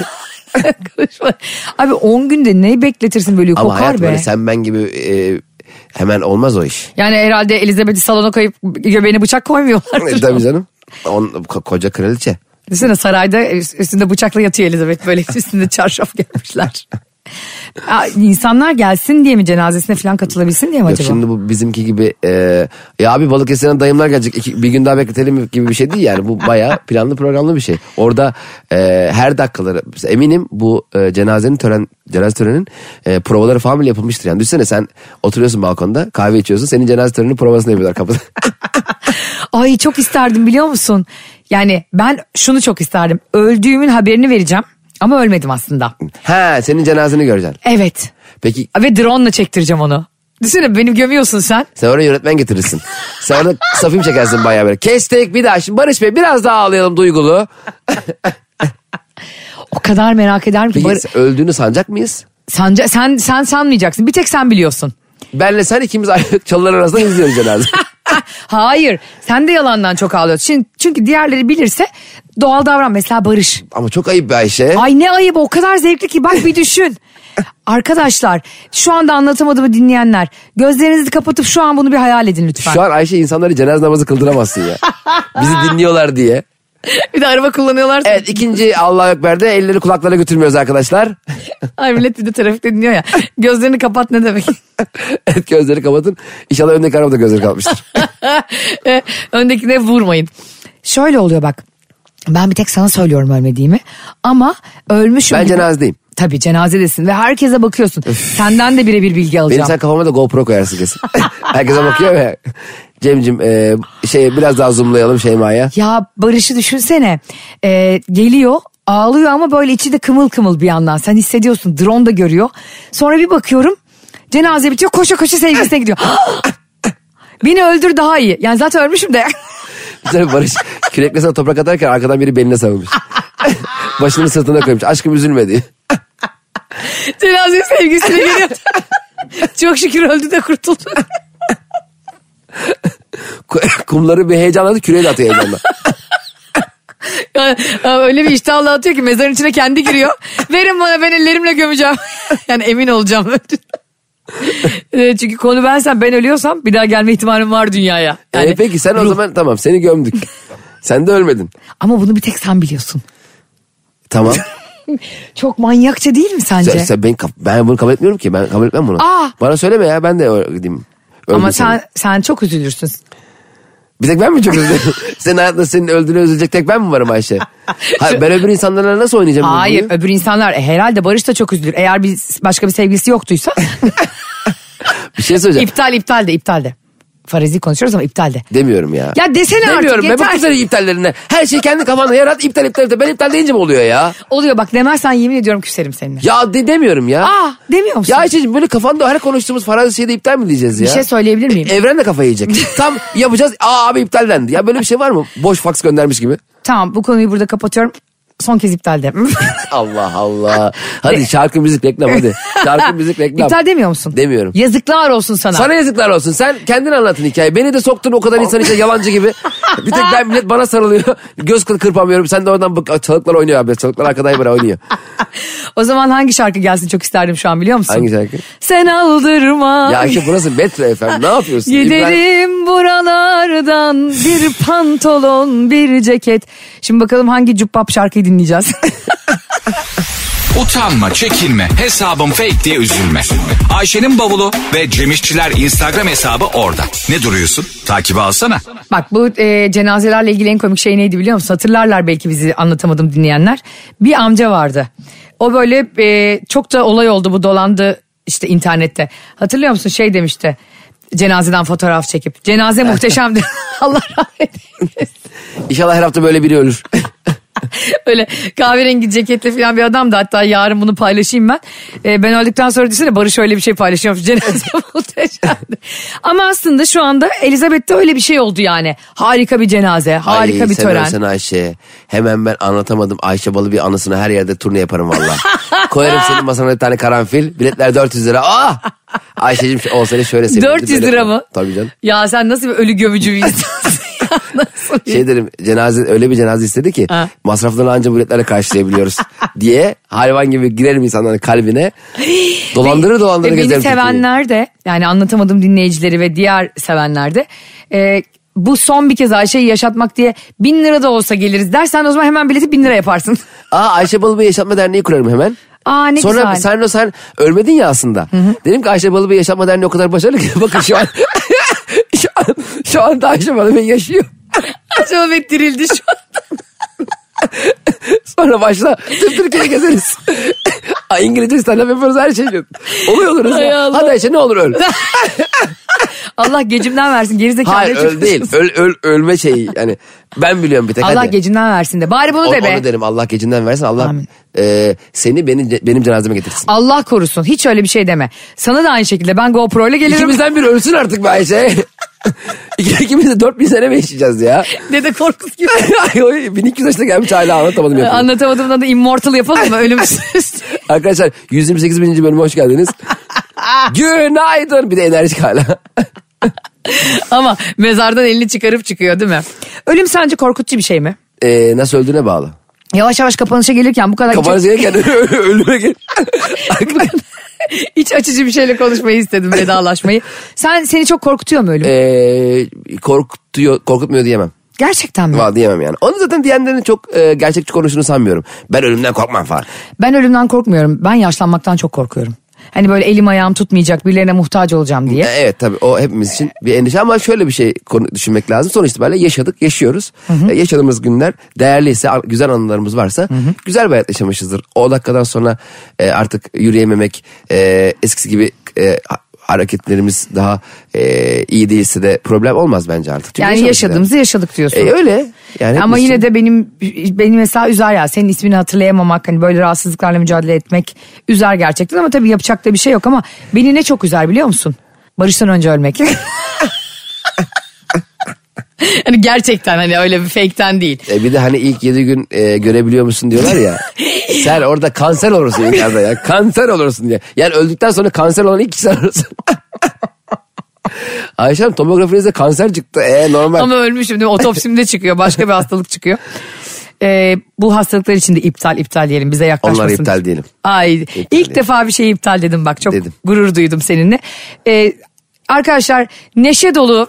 Abi 10 günde neyi bekletirsin böyle kokar be. Ama hayat böyle sen ben gibi hemen olmaz o iş. Yani herhalde Elizabeth'i salona koyup göbeğine bıçak koymuyorlar. Tabii canım. Koca kraliçe. Düşünsene sarayda üstünde bıçakla yatıyor Elizabeth böyle üstünde çarşaf gelmişler. İnsanlar gelsin diye mi cenazesine falan katılabilsin diye mi acaba? Şimdi bu bizimki gibi ya abi Balıkesir'den dayımlar gelecek bir gün daha bekletelim gibi bir şey değil yani. Bu bayağı planlı programlı bir şey. Orada her dakikaları eminim bu cenaze töreninin provaları falan bile yapılmıştır. Yani düşünsene sen oturuyorsun balkonda kahve içiyorsun senin cenaze töreninin provasını yapıyorlar kapıda. Ay çok isterdim biliyor musun? Yani ben şunu çok isterdim. Öldüğümün haberini vereceğim. Ama ölmedim aslında. Senin cenazeni göreceksin. Evet. Peki. Ve drone'la çektireceğim onu. Düşünsene beni gömüyorsun sen. Sen oraya yönetmen getirirsin. Sen orada kısa film çekersin bayağı böyle. Kestik bir daha şimdi Barış Bey biraz daha ağlayalım duygulu. O kadar merak ederim ki. Peki öldüğünü sanacak mıyız? Sen sanmayacaksın. Bir tek sen biliyorsun. Benle sen ikimiz çalılar arasında izliyoruz cenaze. Hayır. Sen de yalandan çok ağlıyorsun. Çünkü diğerleri bilirse doğal davran. Mesela Barış. Ama çok ayıp be Ayşe. Ay ne ayıp o kadar zevkli ki. Bak bir düşün. Arkadaşlar şu anda anlatamadığımı dinleyenler. Gözlerinizi kapatıp şu an bunu bir hayal edin lütfen. Şu an Ayşe insanları cenaze namazı kıldıramazsın ya. Bizi dinliyorlar diye. Bir de araba kullanıyorlar. Evet ikinci Allahu Ekber'de elleri kulaklara götürmüyoruz arkadaşlar. Ay millet bir de trafikte dinliyor ya. Gözlerini kapat ne demek? Evet gözleri kapatın. İnşallah öndeki arabada gözleri kapatmıştır. Öndekine vurmayın. Şöyle oluyor bak. Ben bir tek sana söylüyorum ölmediğimi. Ama ölmüşüm. Ben cenazedeyim. Tabii cenazedesin ve herkese bakıyorsun. Senden de birebir bilgi alacağım. Benim sen kafama da GoPro koyarsın kesin. Herkese bakıyor ya. Cem'cim biraz daha zoomlayalım Şeyma'ya. Ya Barış'ı düşünsene. Geliyor ağlıyor ama böyle içi de kımıl kımıl bir yandan. Sen hissediyorsun drone da görüyor. Sonra bir bakıyorum cenaze bitiyor koşa koşa sevgilisine gidiyor. Beni öldür daha iyi. Yani zaten ölmüşüm de. Mesela Barış kürekle sana toprak atarken arkadan biri beline sarılmış. Başını sırtına koymuş. Aşkım üzülme diye. Cenaze sevgisine geliyor. Çok şükür öldü de kurtuldu. Kumları bir heyecanlandı küreği de atıyor heyecanla. Ya Öyle bir iştahla atıyor ki mezarın içine kendi giriyor. Verin bana, ben ellerimle gömeceğim. Yani emin olacağım. Çünkü konu bensem, ben ölüyorsam bir daha gelme ihtimalim var dünyaya. Yani, peki sen o zaman tamam, seni gömdük. Sen de ölmedin. Ama bunu bir tek sen biliyorsun. Tamam. Çok manyakça değil mi sence? Ben bunu kabul etmiyorum ki. Ben kabul etmem bunu. Bana söyleme ya, ben de gideyim. Ama sen çok üzülürsün. Bir tek ben mi çok üzülürüm? Senin hayatında senin öldüğüne üzülecek tek ben mi varım Ayşe? Hayır, ben öbür insanlarla nasıl oynayacağım? Hayır, öbür insanlar herhalde Barış da çok üzülür. Eğer başka bir sevgilisi yoktuysa. Bir şey söyleyeceğim. İptal de. Farazi konuşuyoruz ama iptal de. Demiyorum ya. Ya desene artık, demiyorum. yeter. Ben bıktım senin iptallerine. Her şeyi kendi kafanda yarat, iptal. Ben iptal deyince mi oluyor ya? Oluyor bak, demezsen yemin ediyorum küserim seninle. Ya demiyorum ya. Demiyor musun? Ya Ayşe'cim, böyle kafanda her konuştuğumuz farazi şeyde iptal mi diyeceğiz ya? Bir şey söyleyebilir miyim? Evren de kafayı yiyecek. Tam yapacağız. Abi iptallendi. Ya böyle bir şey var mı? Boş faks göndermiş gibi. Tamam, bu konuyu burada kapatıyorum. Son kez iptal de. Allah Allah. Hadi şarkı müzik reklam hadi. Şarkı müzik reklam. İptal demiyor musun? Demiyorum. Yazıklar olsun sana. Sana yazıklar olsun. Sen kendin anlatın hikayeyi. Beni de soktun o kadar insan içine yalancı gibi. Bir tek ben, millet bana sarılıyor. Göz kırpamıyorum. Sen de oradan çalıklar oynuyor abi. Çalıklar arkadayım bana oynuyor. O zaman hangi şarkı gelsin çok isterdim şu an, biliyor musun? Hangi şarkı? Sen aldırma. Ya işte burası Metro FM. Ne yapıyorsun? Giderim buralardan bir pantolon, bir ceket. Şimdi bakalım hangi cubbap şarkıyı dinleyeceğiz. Utanma, çekinme, hesabım fake diye üzülme. Ayşe'nin bavulu ve Cemişçiler Instagram hesabı orada. Ne duruyorsun? Takibi alsana. Bak, bu cenazelerle ilgili en komik şey neydi biliyor musun? Hatırlarlar belki bizi, anlatamadım dinleyenler. Bir amca vardı. O böyle çok da olay oldu, bu dolandı işte internette. Hatırlıyor musun, şey demişti. Cenazeden fotoğraf çekip. Cenaze muhteşemdi. Allah rahmet eylesin. İnşallah her hafta böyle biri ölür. Öyle kahverengi ceketli falan bir adamdı. Hatta yarın bunu paylaşayım ben. Ben öldükten sonra düşünsene, Barış öyle bir şey paylaşıyormuş. Cenaze muhteşemdi. Ama aslında şu anda Elizabeth'te öyle bir şey oldu yani. Harika bir cenaze, harika bir tören. Sen Ayşe. Hemen ben anlatamadım. Ayşe Balı bir anısını her yerde turne yaparım valla. Koyarım senin masana bir tane karanfil. Biletler 400 lira. Ayşe'cim olsaydı şöyle sevindim. 400 lira mı? Tabii canım. Ya sen nasıl bir ölü gömücü bir insansın. Şey dedim, öyle bir cenaze istedi ki masraflarını ancak bu biletlerle karşılayabiliyoruz diye hayvan gibi girelim insanların kalbine. Dolandırır gezerim. Beni sevenler de, yani anlatamadım dinleyicileri ve diğer sevenler de bu son bir kez Ayşe'yi yaşatmak diye 1000 lira da olsa geliriz dersen, o zaman hemen bileti 1000 lira yaparsın. Ayşe Balıbey Yaşatma Derneği kurarım hemen. Ne sonra güzel. sen ölmedin ya aslında. Hı-hı. Dedim ki Ayşe Balıbey Yaşatma Derneği o kadar başarılı ki bakın şu an şu anda Ayşe Balıbey yaşıyor. Ayşe Balıbey dirildi şu an. Sonra başla Türkiye'ye gezeriz. İngilizce stand-up yapıyoruz, her şey. Oluruz. Hadi Ayşe, ne olur öl. Allah gecimden versin, gerizekalı. Hayır, öl değil. Ölme şeyi yani. Ben biliyorum bir tek. Allah hadi. Gecinden versin de. Bari bunu de be. Onu derim, Allah gecinden versin. Allah seni benim cenazeme getirsin. Allah korusun. Hiç öyle bir şey deme. Sana da aynı şekilde ben GoPro ile gelirim. İkimizden biri ölsün artık be Ayşe. İkimiz de 4000 sene mi yaşayacağız ya? Dede Korkut gibi. 1200 yaşına gelmiş hala anlatamadım yapalım. Anlatamadığımdan da Immortal yapalım mı? Ölümsüz. Arkadaşlar 128. bölüme hoş geldiniz. Günaydın. Bir de enerjik hala. Ama mezardan elini çıkarıp çıkıyor değil mi? Ölüm sence korkutucu bir şey mi? Nasıl öldüğüne bağlı. Yavaş yavaş kapanışa gelirken bu kadar... Kapanışa gelirken ölüme gel. İç açıcı bir şeyle konuşmayı istedim, vedalaşmayı. Seni çok korkutuyor mu ölüm? Korkutmuyor diyemem. Gerçekten mi? Diyemem yani. Onu zaten diyenlerin çok gerçekçi konuştuğunu sanmıyorum. Ben ölümden korkmam falan. Ben ölümden korkmuyorum. Ben yaşlanmaktan çok korkuyorum. Hani böyle elim ayağım tutmayacak, birilerine muhtaç olacağım diye. Evet tabii, o hepimiz için bir endişe, ama şöyle bir şey düşünmek lazım. Sonuç itibariyle yaşıyoruz. Yaşadığımız günler değerliyse, güzel anılarımız varsa güzel bir hayat yaşamışızdır. O dakikadan sonra artık yürüyememek, eskisi gibi hareketlerimiz daha iyi değilse de problem olmaz bence artık. Çünkü yani yaşadığımızı yaşadık diyorsun. Öyle. Yani ama yine de beni mesela üzer ya, senin ismini hatırlayamamak, hani böyle rahatsızlıklarla mücadele etmek üzer gerçekten, ama tabii yapacak da bir şey yok. Ama beni ne çok üzer biliyor musun? Barış'tan önce ölmek. Hani gerçekten, hani öyle bir fake'ten değil. Bir de hani ilk 7 gün görebiliyor musun diyorlar ya. Sen orada kanser olursun yukarıda ya. Kanser olursun diye. Yani öldükten sonra kanser olan ilk kişi olursun. Ayşe Hanım, tomografinizde kanser çıktı. Normal. Ama ölmüşüm değil mi? Otopsimde çıkıyor. Başka bir hastalık çıkıyor. Bu hastalıklar için de iptal diyelim, bize yaklaşmasın. Onlar iptal diyelim. Ay, İptal ilk diyelim. defa bir şeyi iptal dedim bak, çok Dedim. gurur duydum seninle. Arkadaşlar, neşe dolu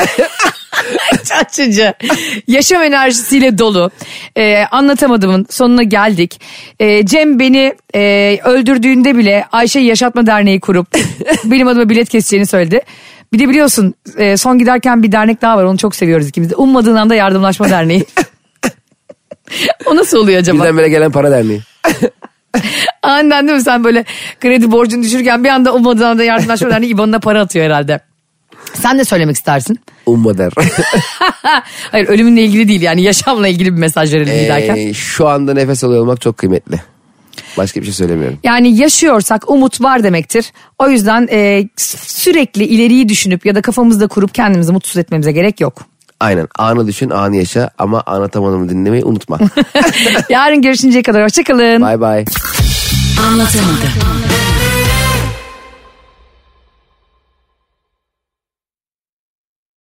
açıcı, yaşam enerjisiyle dolu Anlatamadım'ın sonuna geldik. Cem beni öldürdüğünde bile Ayşe Yaşatma Derneği kurup benim adıma bilet keseceğini söyledi. Bir de biliyorsun son giderken bir dernek daha var, onu çok seviyoruz ikimiz de. Ummadığın anda Yardımlaşma Derneği. O nasıl oluyor acaba? Birden böyle gelen para derneği. Aniden değil mi, sen böyle kredi borcunu düşürürken bir anda ummadığın anda Yardımlaşma Derneği IBAN'ına para atıyor herhalde. Sen ne söylemek istersin? Umma der. Hayır, ölümünle ilgili değil, yani yaşamla ilgili bir mesaj verelim giderken. Şu anda nefes alıyor olmak çok kıymetli. Başka bir şey söylemiyorum. Yani yaşıyorsak umut var demektir. O yüzden sürekli ileriyi düşünüp ya da kafamızda kurup kendimizi mutsuz etmemize gerek yok. Aynen, anı düşün, anı yaşa ama Anlatamadım'ı dinlemeyi unutma. Yarın görüşünceye kadar hoşça kalın. Bye bye. Anlatamadım.